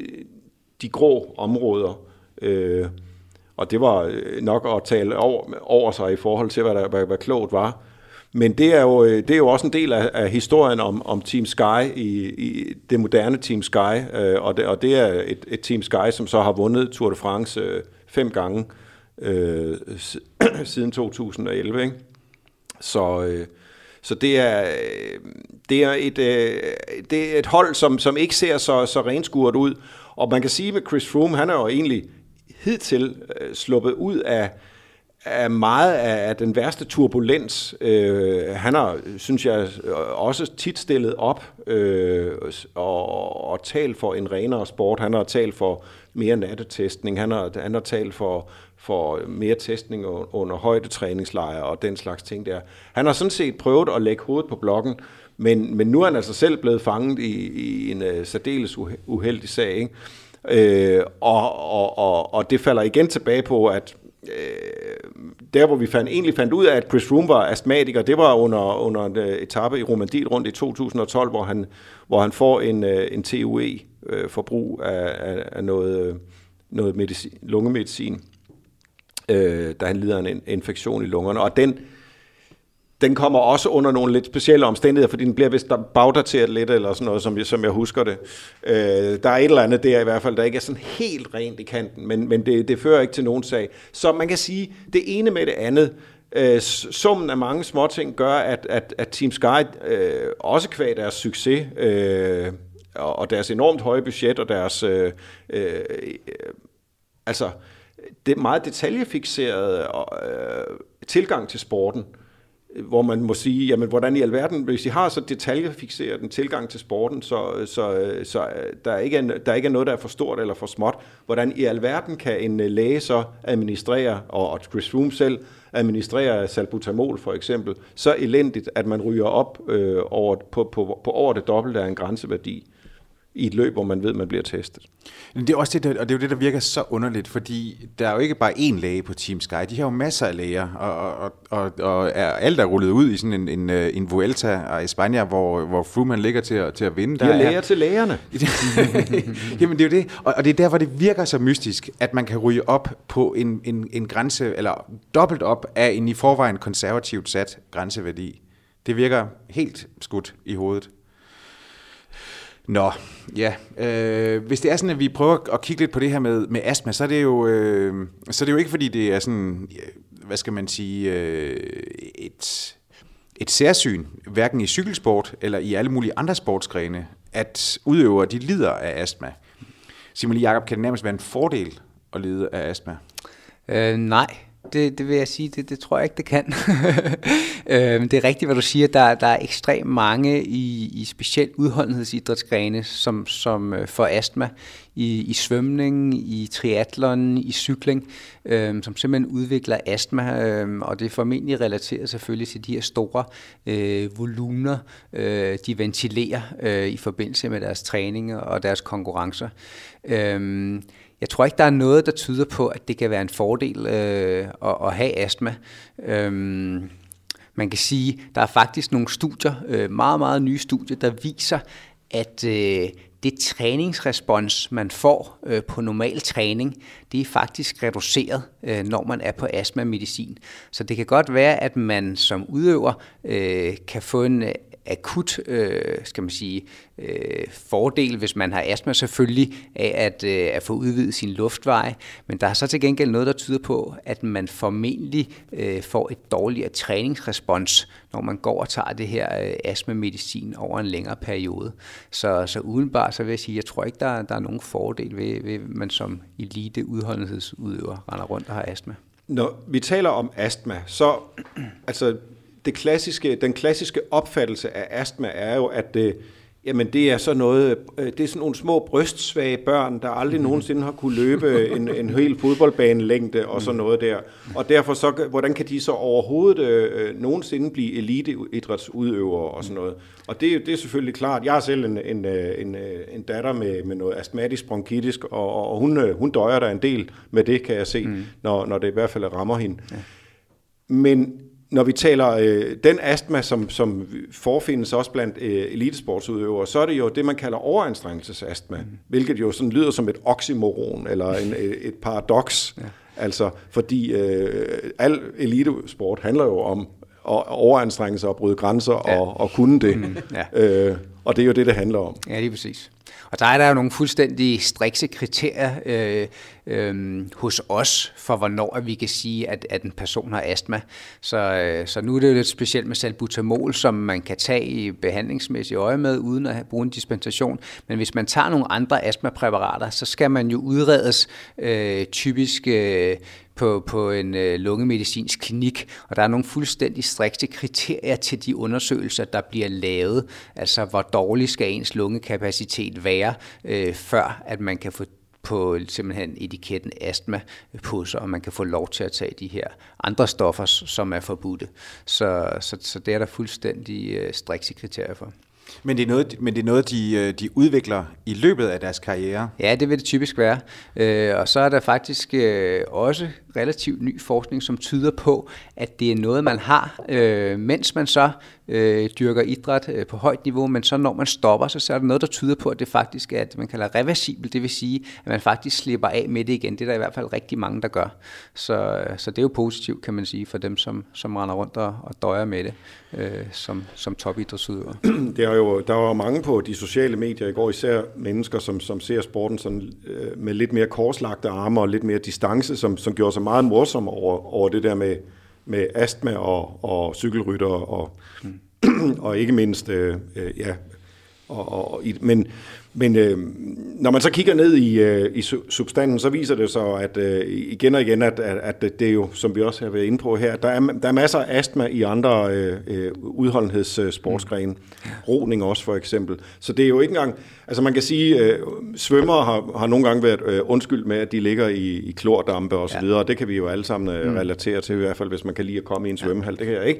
de grå områder. Øh, og det var nok at tale over, over sig i forhold til, hvad, der, hvad, hvad klogt var. Men det er jo, det er jo også en del af, af historien om, om Team Sky, i, i det moderne Team Sky, øh, og, det, og det er et, et Team Sky, som så har vundet Tour de France øh, fem gange øh, siden to tusind og elleve. Ikke? Så, øh, så det er, det er, et, øh, det er et hold, som, som ikke ser så, så renskuret ud. Og man kan sige med Chris Froome, han er jo egentlig hidtil øh, sluppet ud af, af meget af, af den værste turbulens. Øh, han har, synes jeg, også tit stillet op øh, og, og talt for en renere sport. Han har talt for mere nattetestning. Han har, han har talt for, for mere testning under højdetræningslejre og den slags ting der. Han har sådan set prøvet at lægge hovedet på blokken, men, men nu er han altså selv blevet fanget i, i en uh, særdeles uheldig sag, ikke? Øh, og, og, og, og det falder igen tilbage på, at øh, der hvor vi fandt, egentlig fandt ud af, at Chris Froome var astmatiker, det var under, under en uh, etape i Romandie rundt i to tusind og tolv, hvor han, hvor han får en, uh, en T U E-forbrug uh, af, af, af noget, uh, noget medicin, lungemedicin, uh, da han lider af en infektion i lungerne, og den Den kommer også under nogle lidt specielle omstændigheder, fordi den bliver vist bagdateret lidt, eller sådan noget, som jeg, som jeg husker det. Øh, der er et eller andet der i hvert fald, der ikke er sådan helt rent i kanten, men, men det, det fører ikke til nogen sag. Så man kan sige, det ene med det andet, øh, summen af mange småting gør, at, at, at Team Sky øh, også kvad deres succes, øh, og, og deres enormt høje budget, og deres øh, øh, altså, det meget detaljefixerede øh, tilgang til sporten, hvor man må sige, jamen hvordan i alverden, hvis I har så detaljefixeret en tilgang til sporten, så, så, så der, ikke er, der ikke er noget, der er for stort eller for småt, hvordan i alverden kan en læge så administrere, og Chris Froome selv administrere salbutamol for eksempel, så elendigt, at man ryger op øh, over, på, på, på over det dobbelte af en grænseværdi i et løb, hvor man ved, at man bliver testet. Det er også det, og det er jo det, der virker så underligt, fordi der er jo ikke bare én læge på Team Sky, de har jo masser af læger, og, og, og, og er, alt er rullet ud i sådan en, en, en Vuelta af España, hvor, hvor Froome ligger til at, til at vinde. De er læger til lægerne. Jamen det er jo det, og, og det er derfor, det virker så mystisk, at man kan ryge op på en, en, en grænse, eller dobbelt op af en i forvejen konservativt sat grænseværdi. Det virker helt skudt i hovedet. Nå, ja. Øh, hvis det er sådan, at vi prøver at kigge lidt på det her med, med astma, så er det jo, øh, så er det jo ikke, fordi det er sådan, hvad skal man sige, øh, et, et særsyn, hverken i cykelsport eller i alle mulige andre sportsgrene, at udøvere, de lider af astma. Simon Jakob, kan det nærmest være en fordel at lide af astma? Øh, nej. Det, det vil jeg sige, det, det tror jeg ikke, det kan. Det er rigtigt, hvad du siger. Der, der er ekstremt mange i, i specielt udholdenhedsidrætsgrene, som, som får astma. I, i svømning, i triathlon, i cykling, øh, som simpelthen udvikler astma, øh, og det er formentlig relateret selvfølgelig til de her store øh, volumener, øh, de ventilerer øh, i forbindelse med deres træninger og deres konkurrencer. Øh, jeg tror ikke, der er noget, der tyder på, at det kan være en fordel øh, at, at have astma. Øhm, man kan sige, der er faktisk nogle studier, øh, meget, meget nye studier, der viser, at øh, det træningsrespons, man får øh, på normal træning, det er faktisk reduceret, øh, når man er på astma-medicin. Så det kan godt være, at man som udøver øh, kan få en øh, akut, øh, skal man sige, øh, fordel, hvis man har astma selvfølgelig, af at, øh, at få udvidet sin luftveje. Men der er så til gengæld noget, der tyder på, at man formentlig øh, får et dårligere træningsrespons, når man går og tager det her øh, astma-medicin over en længere periode. Så, så udenbart, så vil jeg sige, jeg tror ikke, der, der er nogen fordel ved, ved, at man som elite udholdenhedsudøver render rundt og har astma. Når vi taler om astma, så altså det klassiske, den klassiske opfattelse af astma er jo, at det, jamen det er sådan noget, det er sådan nogle små brystsvage børn, der aldrig nogensinde har kunne løbe en, en hel fodboldbanelængde og sådan noget der. Og derfor så, hvordan kan de så overhovedet øh, nogensinde blive eliteidrætsudøvere og sådan noget. Og det, det er selvfølgelig klart. Jeg har selv en, en, en, en datter med, med noget astmatisk bronkitisk, og, og hun, hun døjer der en del med det, kan jeg se, mm. når, når det i hvert fald rammer hende. Ja. Men når vi taler øh, den astma, som, som forfindes også blandt øh, elitesportsudøvere, så er det jo det, man kalder overanstrengelsesastma, mm. hvilket jo sådan lyder som et oxymoron eller en, et, et paradoks. Ja. Altså, fordi øh, al elitesport handler jo om overanstrengelse og bryde grænser ja. og, og kunne det. Mm. Ja. Øh, og det er jo det, det handler om. Ja, lige præcis. Og der er der jo nogle fuldstændig strikse kriterier øh, øh, hos os, for hvornår vi kan sige, at, at en person har astma. Så, øh, så nu er det jo lidt specielt med salbutamol, som man kan tage i behandlingsmæssigt øje med, uden at bruge en dispensation. Men hvis man tager nogle andre astmapræparater, så skal man jo udredes øh, typisk øh, på, på en øh, lungemedicinsk klinik, og der er nogle fuldstændig strikse kriterier til de undersøgelser, der bliver lavet. Altså, hvor dårlig skal ens lungekapacitet være, øh, før at man kan få på simpelthen etiketten astma på sig, og man kan få lov til at tage de her andre stoffer, som er forbudte. Så, så, så det er der fuldstændig øh, strikse kriterier for. Men det er noget, men det er noget de, de udvikler i løbet af deres karriere? Ja, det vil det typisk være. Øh, og så er der faktisk øh, også relativt ny forskning, som tyder på, at det er noget, man har, øh, mens man så øh, dyrker idræt øh, på højt niveau, men så når man stopper, så, så er der noget, der tyder på, at det faktisk er, at man kalder reversibelt, det vil sige, at man faktisk slipper af med det igen. Det er der i hvert fald rigtig mange, der gør. Så, så det er jo positivt, kan man sige, for dem, som, som render rundt og, og døjer med det, øh, som, som topidrætsudøver. Det er jo, der var mange på de sociale medier i går, især mennesker, som, som ser sporten sådan, øh, med lidt mere korslagte arme og lidt mere distance, som, som gjorde sig meget morsom over, over det der med, med astma og, og cykelrytter og, mm. og ikke mindst, øh, øh, ja, og, og, men, men øh, når man så kigger ned i, øh, i substansen, så viser det så, at øh, igen og igen, at, at, at det er jo, som vi også har været inde på her, der er, der er masser af astma i andre øh, udholdenhedssportsgrene. Mm. Roning også for eksempel. Så det er jo ikke engang, altså man kan sige, øh, svømmere har, har nogle gange været øh, undskyldt med, at de ligger i, i klordampe og så videre, og det kan vi jo alle sammen øh, relatere til, i hvert fald hvis man kan lide at komme i en svømmehal, det kan jeg ikke.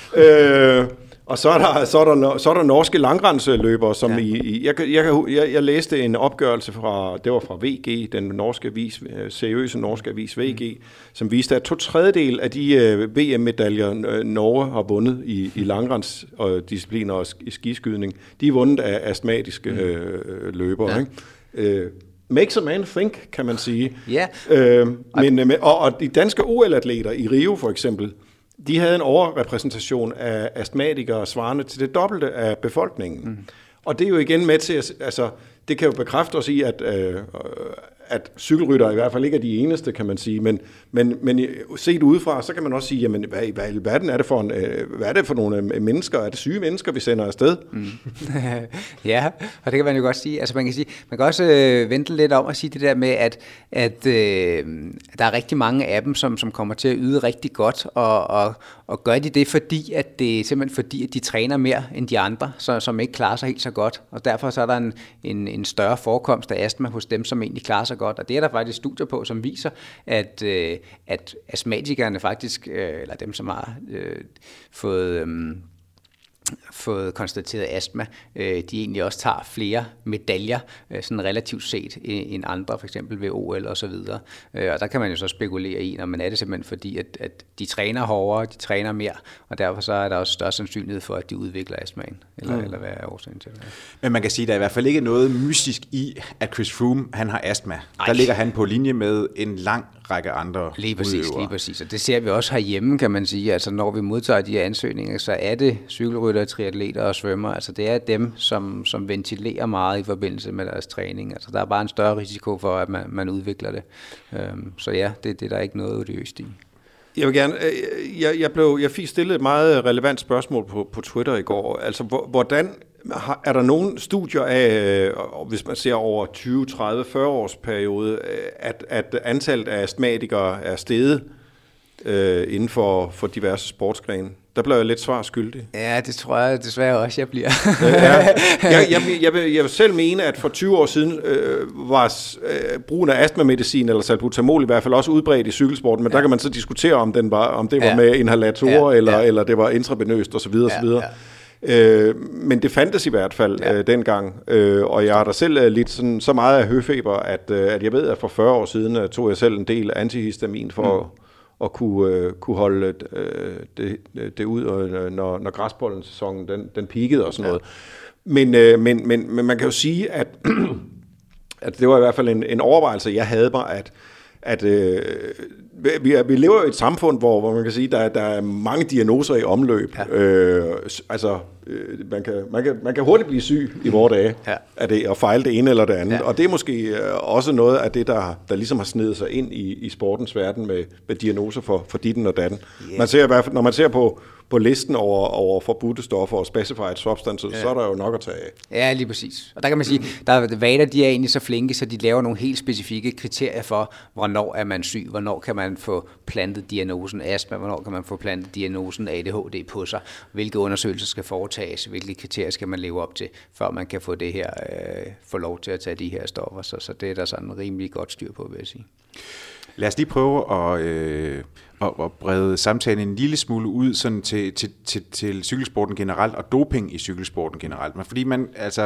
Øh, Og så er der, så er der, så er der norske langrendsløbere, som ja. i, i jeg, jeg, jeg, jeg læste en opgørelse fra, det var fra V G, den norske avis, seriøse norske avis V G, mm. som viste, at to tredjedel af de uh, V M-medaljer, Norge har vundet i, i langrendsdiscipliner og i skiskydning, de er vundet af astmatiske mm. øh, løbere. Ja. Ikke? Uh, Makes a man think, kan man sige. Ja. Øh, men, og, og de danske O L-atleter i Rio for eksempel, de havde en overrepræsentation af astmatikere svarende til det dobbelte af befolkningen. Mm. Og det er jo igen med til, at, altså, det kan jo bekræfte os i, at, øh, at cykelrytter i hvert fald ikke er de eneste, kan man sige. Men, men, men set udefra, så kan man også sige, jamen, hvad i verden er det for, en, øh, hvad er det for nogle mennesker? Er det syge mennesker, vi sender afsted? Mm. Ja, og det kan man jo godt sige. Altså man kan sige, man kan også øh, vente lidt om at sige det der med, at, at øh, der er rigtig mange af dem, som, som kommer til at yde rigtig godt, og, og, og gør de det, fordi at det er simpelthen fordi, at de træner mere end de andre, så, som ikke klarer sig helt så godt. Og derfor så er der en, en, en større forekomst af astma hos dem, som egentlig klarer sig godt. Og det er der faktisk studier på, som viser, at, øh, at astmatikerne faktisk, øh, eller dem, som har øh, fået... Øh, fået konstateret astma, øh, de egentlig også tager flere medaljer, øh, sådan relativt set, end andre, for eksempel ved O L og så videre. Øh, og der kan man jo så spekulere i, når man er det simpelthen fordi, at, at de træner hårdere, de træner mere, og derfor så er der også større sandsynlighed for, at de udvikler astmaen, eller, mm. eller hvad er årsagen til det. Men man kan sige, at der er i hvert fald ikke noget mystisk i, at Chris Froome, han har astma. Ej. Der ligger han på linje med en lang række andre lige præcis, udøvere. Lige præcis, og det ser vi også herhjemme, kan man sige. Altså når vi modtager de her ansøgninger, så er det cykelryttere, triatleter og svømmer. Altså det er dem, som, som ventilerer meget i forbindelse med deres træning. Altså der er bare en større risiko for, at man, man udvikler det. Øhm, så ja, det, det er der ikke noget odiøst i. Jeg vil gerne, jeg, jeg, blev, jeg fik stillet et meget relevant spørgsmål på, på Twitter i går. Altså hvordan, er der nogle studier af, hvis man ser over tyve, tredive, fyrre års periode, at, at antallet af astmatikere er steget øh, inden for, for diverse sportsgrene? Der blev jeg lidt svar skyldig. Ja, det tror jeg desværre også, jeg bliver. ja, jeg, jeg, jeg, vil, jeg vil selv mene, at for tyve år siden øh, var øh, brugen af astmamedicin, eller salbutamol i hvert fald også udbredt i cykelsporten, men ja. Der kan man så diskutere, om, den var, om det var ja. med inhalatorer, ja. Eller, ja. eller det var intravenøst osv. Ja, osv. Ja. Øh, men det fandtes i hvert fald ja. øh, dengang, øh, og jeg har da selv lidt sådan, så meget af høfeber, at, øh, at jeg ved, at for fyrre år siden øh, tog jeg selv en del antihistamin for mm. at kunne, øh, kunne holde øh, det, det ud, øh, når, når græspollensæsonen den, den peakede og sådan noget. Ja. Men, øh, men, men, men man kan jo sige, at, at det var i hvert fald en, en overvejelse, jeg havde mig, at at øh, vi, vi lever jo i et samfund, hvor, hvor man kan sige, der, der er mange diagnoser i omløb. Ja. Øh, altså, øh, man, kan, man, kan, man kan hurtigt blive syg i vore dage ja. af det, og fejle det ene eller det andet. Ja. Og det er måske øh, også noget af det, der, der ligesom har snedet sig ind i, i sportens verden med, med diagnoser for, for ditten og datten. Yeah. Man ser i hvert fald, når man ser på på listen over, over forbudte stoffer og specified substances, ja. Så er der jo nok at tage af. Ja, lige præcis. Og der kan man sige, der vaner, de er egentlig så flinke, så de laver nogle helt specifikke kriterier for, hvornår er man syg, hvornår kan man få plantet diagnosen astma, hvornår kan man få plantet diagnosen A D H D på sig, hvilke undersøgelser skal foretages, hvilke kriterier skal man leve op til, før man kan få det her, øh, få lov til at tage de her stoffer. Så, så det er der sådan rimelig godt styr på, vil jeg sige. Lad os lige prøve at, øh, at, at brede samtalen en lille smule ud sådan til, til, til, til cykelsporten generelt og doping i cykelsporten generelt. Men fordi man, altså,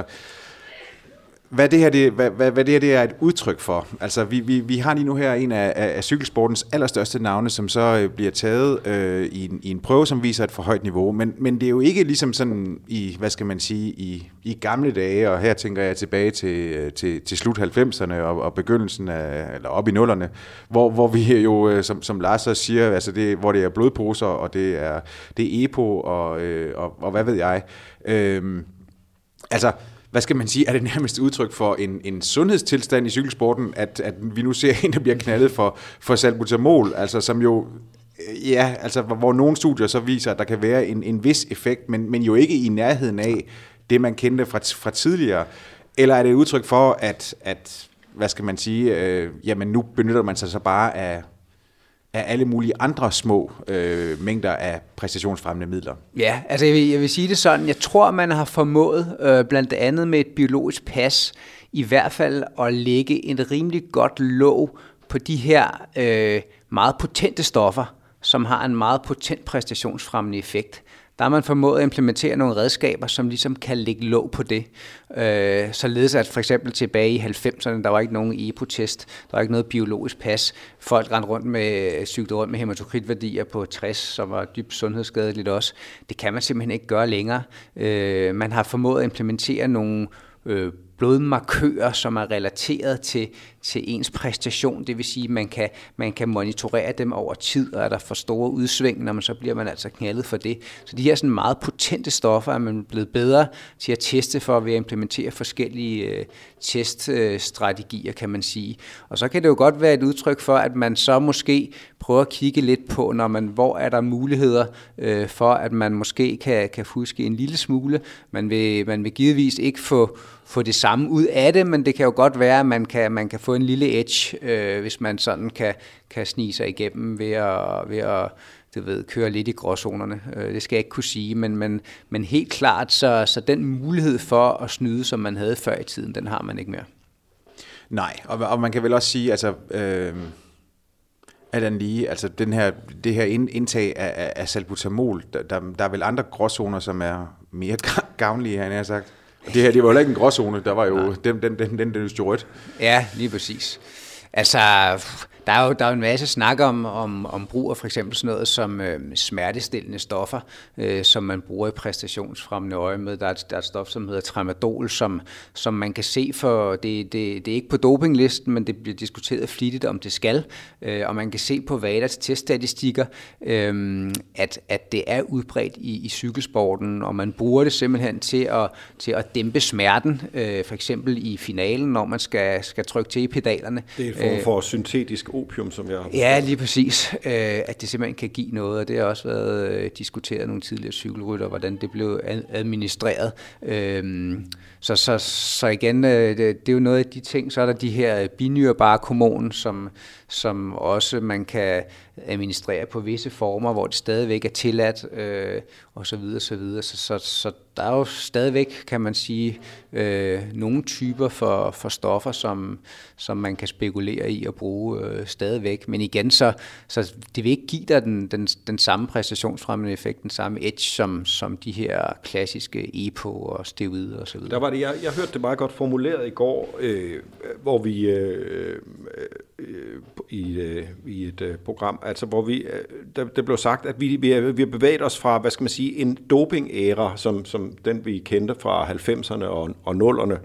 hvad det her, det, hvad, hvad, hvad det her det er et udtryk for. Altså, vi, vi, vi har lige nu her en af, af cykelsportens allerstørste navne, som så øh, bliver taget øh, i, en, i en prøve, som viser et for højt niveau. Men, men det er jo ikke ligesom sådan i, hvad skal man sige, i, i gamle dage, og her tænker jeg tilbage til, til, til slut halvfemserne og, og begyndelsen af, eller op i nullerne, hvor, hvor vi jo, som, som Lars så siger, altså det, hvor det er blodposer, og det er, det er E P O, og, øh, og, og hvad ved jeg. Øh, altså, hvad skal man sige, er det nærmest udtryk for en, en sundhedstilstand i cykelsporten, at, at vi nu ser en, der bliver knaldet for, for salbutamol, altså som jo, ja, altså hvor nogle studier så viser, at der kan være en, en vis effekt, men, men jo ikke i nærheden af det, man kendte fra, fra tidligere. Eller er det et udtryk for, at, at hvad skal man sige, øh, jamen nu benytter man sig så bare af af alle mulige andre små øh, mængder af præstationsfremmende midler? Ja, altså jeg vil, jeg vil sige det sådan, jeg tror, man har formået, øh, blandt andet med et biologisk pas, i hvert fald at lægge en rimelig godt låg på de her øh, meget potente stoffer, som har en meget potent præstationsfremmende effekt. Der har man formået at implementere nogle redskaber, som ligesom kan lægge låg på det. Øh, således at for eksempel tilbage i halvfemserne, der var ikke nogen E P O-test, der var ikke noget biologisk pas. Folk rendte rundt med, cyklede rundt med hæmatokritværdier på tres, som var dybt sundhedsskadeligt også. Det kan man simpelthen ikke gøre længere. Øh, man har formået at implementere nogle øh, blodmarkører, som er relateret til, til ens præstation. Det vil sige, at man kan, man kan monitorere dem over tid, og er der for store udsving, når man så bliver man altså knaldet for det. Så de her sådan meget potente stoffer er man blevet bedre til at teste for ved at implementere forskellige øh, teststrategier, kan man sige. Og så kan det jo godt være et udtryk for, at man så måske prøver at kigge lidt på, når man, hvor er der muligheder øh, for, at man måske kan, kan fuske en lille smule. Man vil, man vil givetvis ikke få få det samme ud af det, men det kan jo godt være, at man kan, man kan få en lille edge, øh, hvis man sådan kan, kan snige sig igennem ved at, ved at du ved, køre lidt i gråzonerne. Øh, det skal jeg ikke kunne sige, men, men, men helt klart, så, så den mulighed for at snyde, som man havde før i tiden, den har man ikke mere. Nej, og, og man kan vel også sige, altså, øh, Alt andet lige, altså den her, det her indtag af, af, af salbutamol, der, der, der er vel andre gråzoner, som er mere gavnlige, han har sagt. Og det her, det var jo ikke en gråzone, der var jo, den, den, den, den, den lyste jo rødt. Ja, lige præcis. Altså, der er jo, der er jo en masse snak om, om, om brug af for eksempel sådan noget som øh, smertestillende stoffer, øh, som man bruger i præstationsfremmende øje med. Der er, et, der er et stof, som hedder tramadol, som, som man kan se for, det, det, det er ikke på dopinglisten, men det bliver diskuteret flittigt, om det skal. Øh, og man kan se på V A D A's teststatistikker, øh, at, at det er udbredt i, i cykelsporten, og man bruger det simpelthen til at, til at dæmpe smerten, øh, for eksempel i finalen, når man skal, skal trykke til i pedalerne. Det er en form for syntetisk opium, som jeg har forstået. Ja, lige præcis. Øh, at det simpelthen kan give noget, og det har også været øh, diskuteret af nogle tidligere cykelrytter, hvordan det blev administreret. Øh, så, så, så igen, øh, det, det er jo noget af de ting. Så er der de her binyrebare hormoner, som, som også man kan administrere på visse former, hvor det stadigvæk er tilladt, øh, og så videre, så videre. Så, så, så der er jo stadigvæk, kan man sige, øh, nogle typer for, for stoffer, som, som man kan spekulere i at bruge øh, stadigvæk. Men igen, så, så det vil ikke give dig den, den, den samme præstationsfremmende effekt, den samme edge, som, som de her klassiske E P O og steroider og så videre. Der var det, jeg, jeg hørte det meget godt formuleret i går, øh, hvor vi øh, øh, i, øh, i et øh, program, altså hvor vi, øh, der, der blev sagt, at vi, vi, vi har bevæget os fra, hvad skal man sige, en doping-æra, som, som den vi kendte fra halvfemserne og, og nullerne,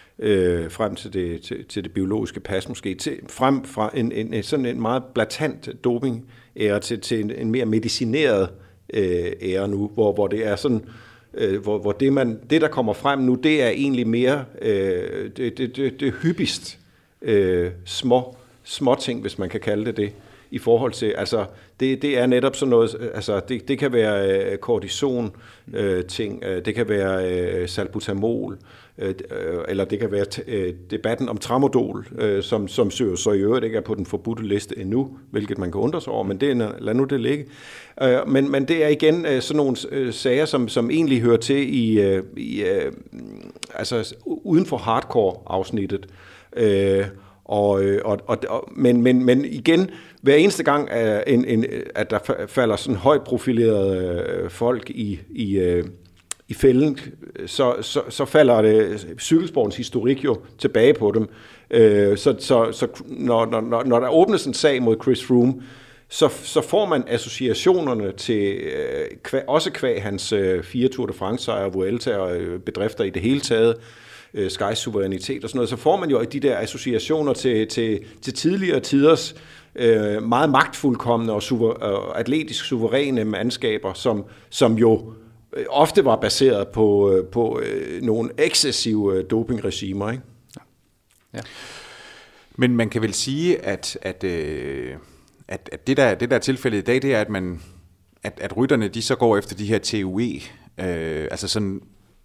øh, frem til det, til, til det biologiske pas måske, til, frem fra en, en, sådan en meget blatant doping-æra til, til en, en mere medicineret øh, æra nu, hvor, hvor det er sådan, øh, hvor, hvor det, man, det, der kommer frem nu, det er egentlig mere øh, det, det, det, det hyppigst øh, små, små ting, hvis man kan kalde det det, i forhold til, altså, det, det er netop sådan noget, altså, det, det kan være øh, kortison øh, ting, øh, det kan være øh, salbutamol, øh, eller det kan være t- øh, debatten om tramadol, øh, som, som så, så i øvrigt ikke er på den forbudte liste endnu, hvilket man kan undre sig over, men det, lad nu det ligge. Øh, men, men det er igen øh, sådan nogle øh, sager, som, som egentlig hører til i, øh, i øh, altså, uden for hardcore-afsnittet. Øh, Og, og, og, men, men, men igen, hver eneste gang, at, en, en, at der falder sådan højt profilerede folk i, i, i fælden, så, så, så falder det cykelsportens historik jo tilbage på dem. Så, så, så når, når, når der åbnes en sag mod Chris Froome, så, så får man associationerne til, også kvæg hans fire Tour de France-sejre, Vuelta og bedrifter i det hele taget, Skys suverænitet og sådan noget, så får man jo de der associationer til, til, til tidligere tiders øh, meget magtfuldkomne og, suver, og atletisk suveræne mandskaber, som, som jo ofte var baseret på, på øh, nogle excessive dopingregimer, ikke? Ja. Ja. Men man kan vel sige, at, at, øh, at, at det, der, det der er tilfældet i dag, det er, at, man, at, at rytterne de så går efter de her T U E, øh, altså sådan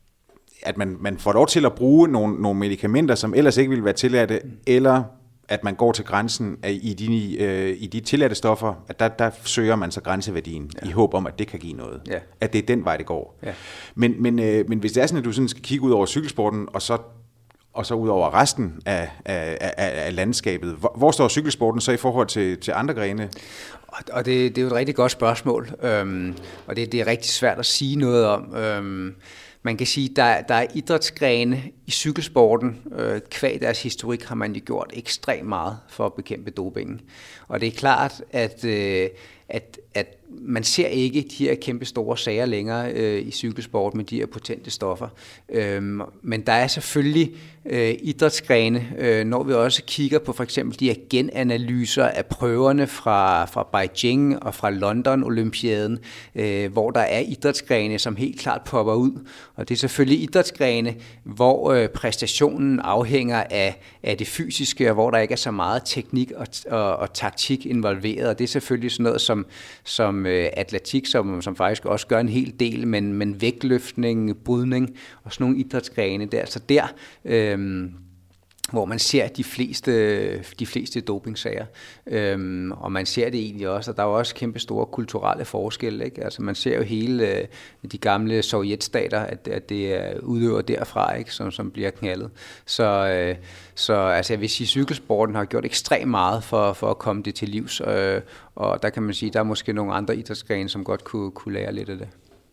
at man, man får lov til at bruge nogle, nogle medicamenter, som ellers ikke ville være tilladte, mm. eller at man går til grænsen af, i, de, øh, i de tilladte stoffer, at der, der søger man så grænseværdien, ja. I håb om, at det kan give noget. Ja. At det er den vej, det går. Ja. Men, men, øh, men hvis det er sådan, at du sådan skal kigge ud over cykelsporten, og så, og så ud over resten af, af, af, af landskabet, hvor, hvor står cykelsporten så i forhold til, til andre grene? Og det, det er jo et rigtig godt spørgsmål, øhm, og det, det er rigtig svært at sige noget om. Øhm, Man kan sige, at der, der er idrætsgrene i cykelsporten. Øh, kvad deres historik har man jo gjort ekstremt meget for at bekæmpe dopingen. Og det er klart, at, øh, at, at man ser ikke de her kæmpe store sager længere øh, i cykelsport med de her potente stoffer. Øhm, men der er selvfølgelig øh, idrætsgrene, øh, når vi også kigger på for eksempel de her genanalyser af prøverne fra, fra Beijing og fra London Olympiaden, øh, hvor der er idrætsgrene, som helt klart popper ud. Og det er selvfølgelig idrætsgrene, hvor øh, præstationen afhænger af, af det fysiske, og hvor der ikke er så meget teknik og, og, og taktik involveret. Og det er selvfølgelig sådan noget som, som øh, atletik, som, som faktisk også gør en hel del, men, men vægtløftning, brydning og sådan nogle idrætsgrene der. Så der, øh, hvor man ser de fleste, de fleste dopingsager. Øhm, og man ser det egentlig også, og der er jo også kæmpe store kulturelle forskelle, ikke? Altså man ser jo hele øh, de gamle sovjetstater, at, at det er udøver derfra, ikke? Som, som bliver knaldet. Så, øh, så altså jeg vil sige, at cykelsporten har gjort ekstremt meget for, for at komme det til livs, øh, og der kan man sige, at der er måske nogle andre idrætsgrene, som godt kunne, kunne lære lidt af det.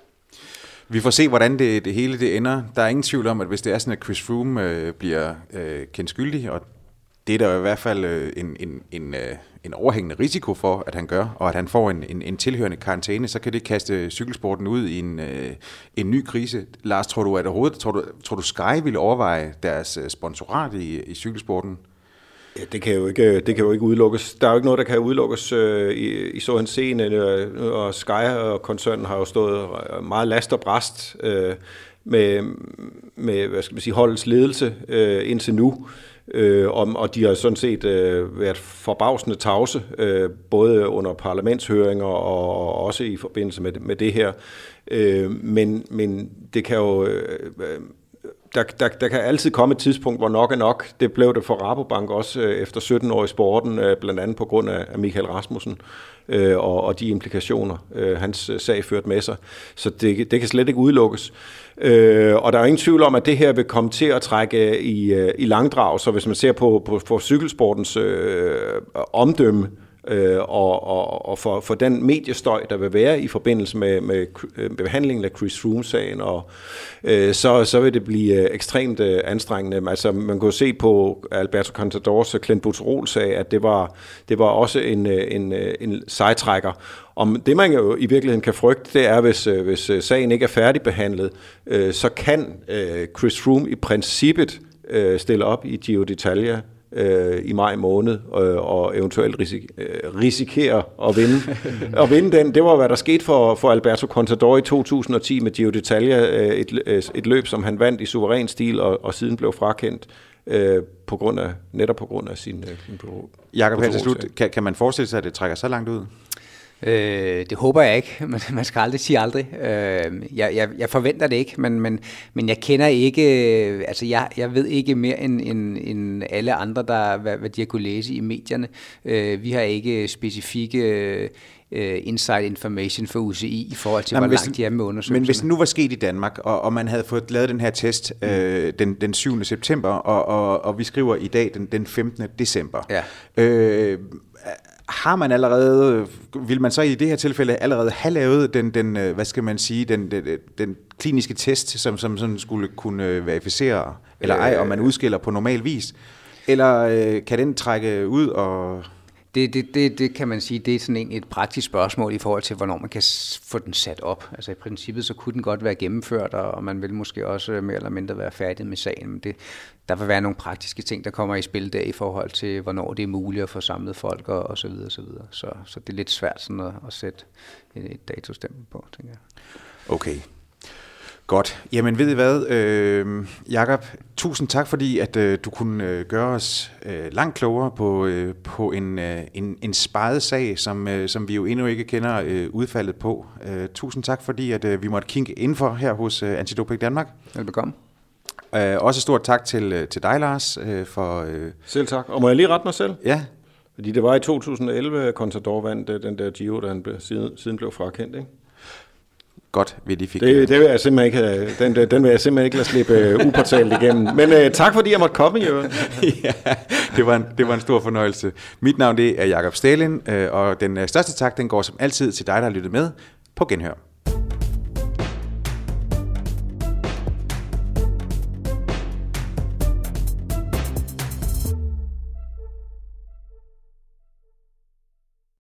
Vi får se, hvordan det, det hele det ender. Der er ingen tvivl om, at hvis det er sådan, at Chris Froome øh, bliver øh, kendt skyldig, og det er der i hvert fald øh, en, en, en, øh, en overhængende risiko for, at han gør, og at han får en, en, en tilhørende karantæne, så kan det kaste cykelsporten ud i en, øh, en ny krise. Lars, tror du, at overhovedet, tror du, tror du Sky ville overveje deres sponsorat i, i cykelsporten? Ja, det kan jo ikke, det kan jo ikke udelukkes. Der er jo ikke noget, der kan udelukkes øh, i, i så henseende, og Sky og koncernen har jo stået meget last og brast øh, med, med, hvad skal man sige, holdets ledelse øh, indtil nu. Øh, og, og de har sådan set øh, været forbavsende tavse, øh, både under parlamentshøringer og, og også i forbindelse med, med det her. Øh, men, men det kan jo... Øh, Der, der, der kan altid komme et tidspunkt, hvor nok er nok. Det blev det for Rabobank også øh, efter sytten år i sporten, øh, blandt andet på grund af, af Michael Rasmussen øh, og, og de implikationer, øh, hans sag førte med sig. Så det, det kan slet ikke udelukkes. Øh, og der er ingen tvivl om, at det her vil komme til at trække i, øh, i langdrag. Så hvis man ser på, på, på cykelsportens øh, omdømme, Øh, og, og, og for, for den mediestøj, der vil være i forbindelse med, med, med behandlingen af Chris Froome-sagen, og, øh, så, så vil det blive ekstremt øh, anstrengende. Altså, man kan jo se på Alberto Contadors Clenbuterol-sag, at det var, det var også en, en, en sejtrækker. Om det, man jo i virkeligheden kan frygte, det er, hvis, hvis sagen ikke er færdigbehandlet, øh, så kan øh, Chris Froome i princippet øh, stille op i Giro d'Italia i maj måned, og eventuelt risik- risikere at vinde, at vinde den. Det var, hvad der skete for, for Alberto Contador i to tusind og ti med Giro d'Italia, et, et løb, som han vandt i suveræn stil, og, og siden blev frakendt øh, på grund af, netop på grund af sin... sin Jakob, her til slut, kan, kan man forestille sig, at det trækker så langt ud? Øh, det håber jeg ikke. Man, man skal aldrig sige aldrig. Øh, jeg, jeg, jeg forventer det ikke, men, men, men jeg kender ikke, altså jeg, jeg ved ikke mere end, end, end alle andre, der, hvad, hvad de har kunne læse i medierne. Øh, vi har ikke specifikke uh, inside information for U C I i forhold til, Jamen, hvor langt de er med undersøgelserne. Men hvis det nu var sket i Danmark, og, og man havde fået lavet den her test mm. øh, den, den syvende september, og, og, og vi skriver i dag den, den femtende december, ja. øh, har man allerede, vil man så i det her tilfælde allerede have lavet den, den hvad skal man sige, den, den, den kliniske test, som, som sådan skulle kunne verificere, eller ej, om man udskiller på normal vis? Eller øh, kan den trække ud og... Det, det, det, det kan man sige, det er sådan en, et praktisk spørgsmål i forhold til, hvornår man kan få den sat op. Altså i princippet, så kunne den godt være gennemført, og man vil måske også mere eller mindre være færdig med sagen. Men det, der vil være nogle praktiske ting, der kommer i spil der i forhold til, hvornår det er muligt at få samlet folk og, og så videre, og så videre. Så, så det er lidt svært sådan at, at sætte et, et datostempel på, tænker jeg. Okay. Godt. Jamen ved I hvad, øh, Jakob, tusind tak, fordi at øh, du kunne øh, gøre os øh, langt klogere på, øh, på en, øh, en, en sparet sag, som, øh, som vi jo endnu ikke kender øh, udfaldet på. Øh, tusind tak, fordi at, øh, vi måtte kigge indenfor her hos øh, Antidoping Danmark. Velbekomme. Øh, også stort tak til, til dig, Lars, øh, for... Øh, selv tak. Og må jeg lige rette mig selv? Ja. Fordi det var i to tusind og elleve, Contador vandt den der Giro, da han blev, siden, siden blev frakendt, ikke? Godt, vi lige fik det. Det vil jeg simpelthen ikke, den, den vil jeg simpelthen ikke lade slippe uh, upåtalt igennem. Men uh, tak fordi jeg måtte komme, Jørgen. Ja, det var, en, det var en stor fornøjelse. Mit navn det er Jakob Stalin, uh, og den uh, største tak, den går som altid til dig, der har lyttet med. På genhør.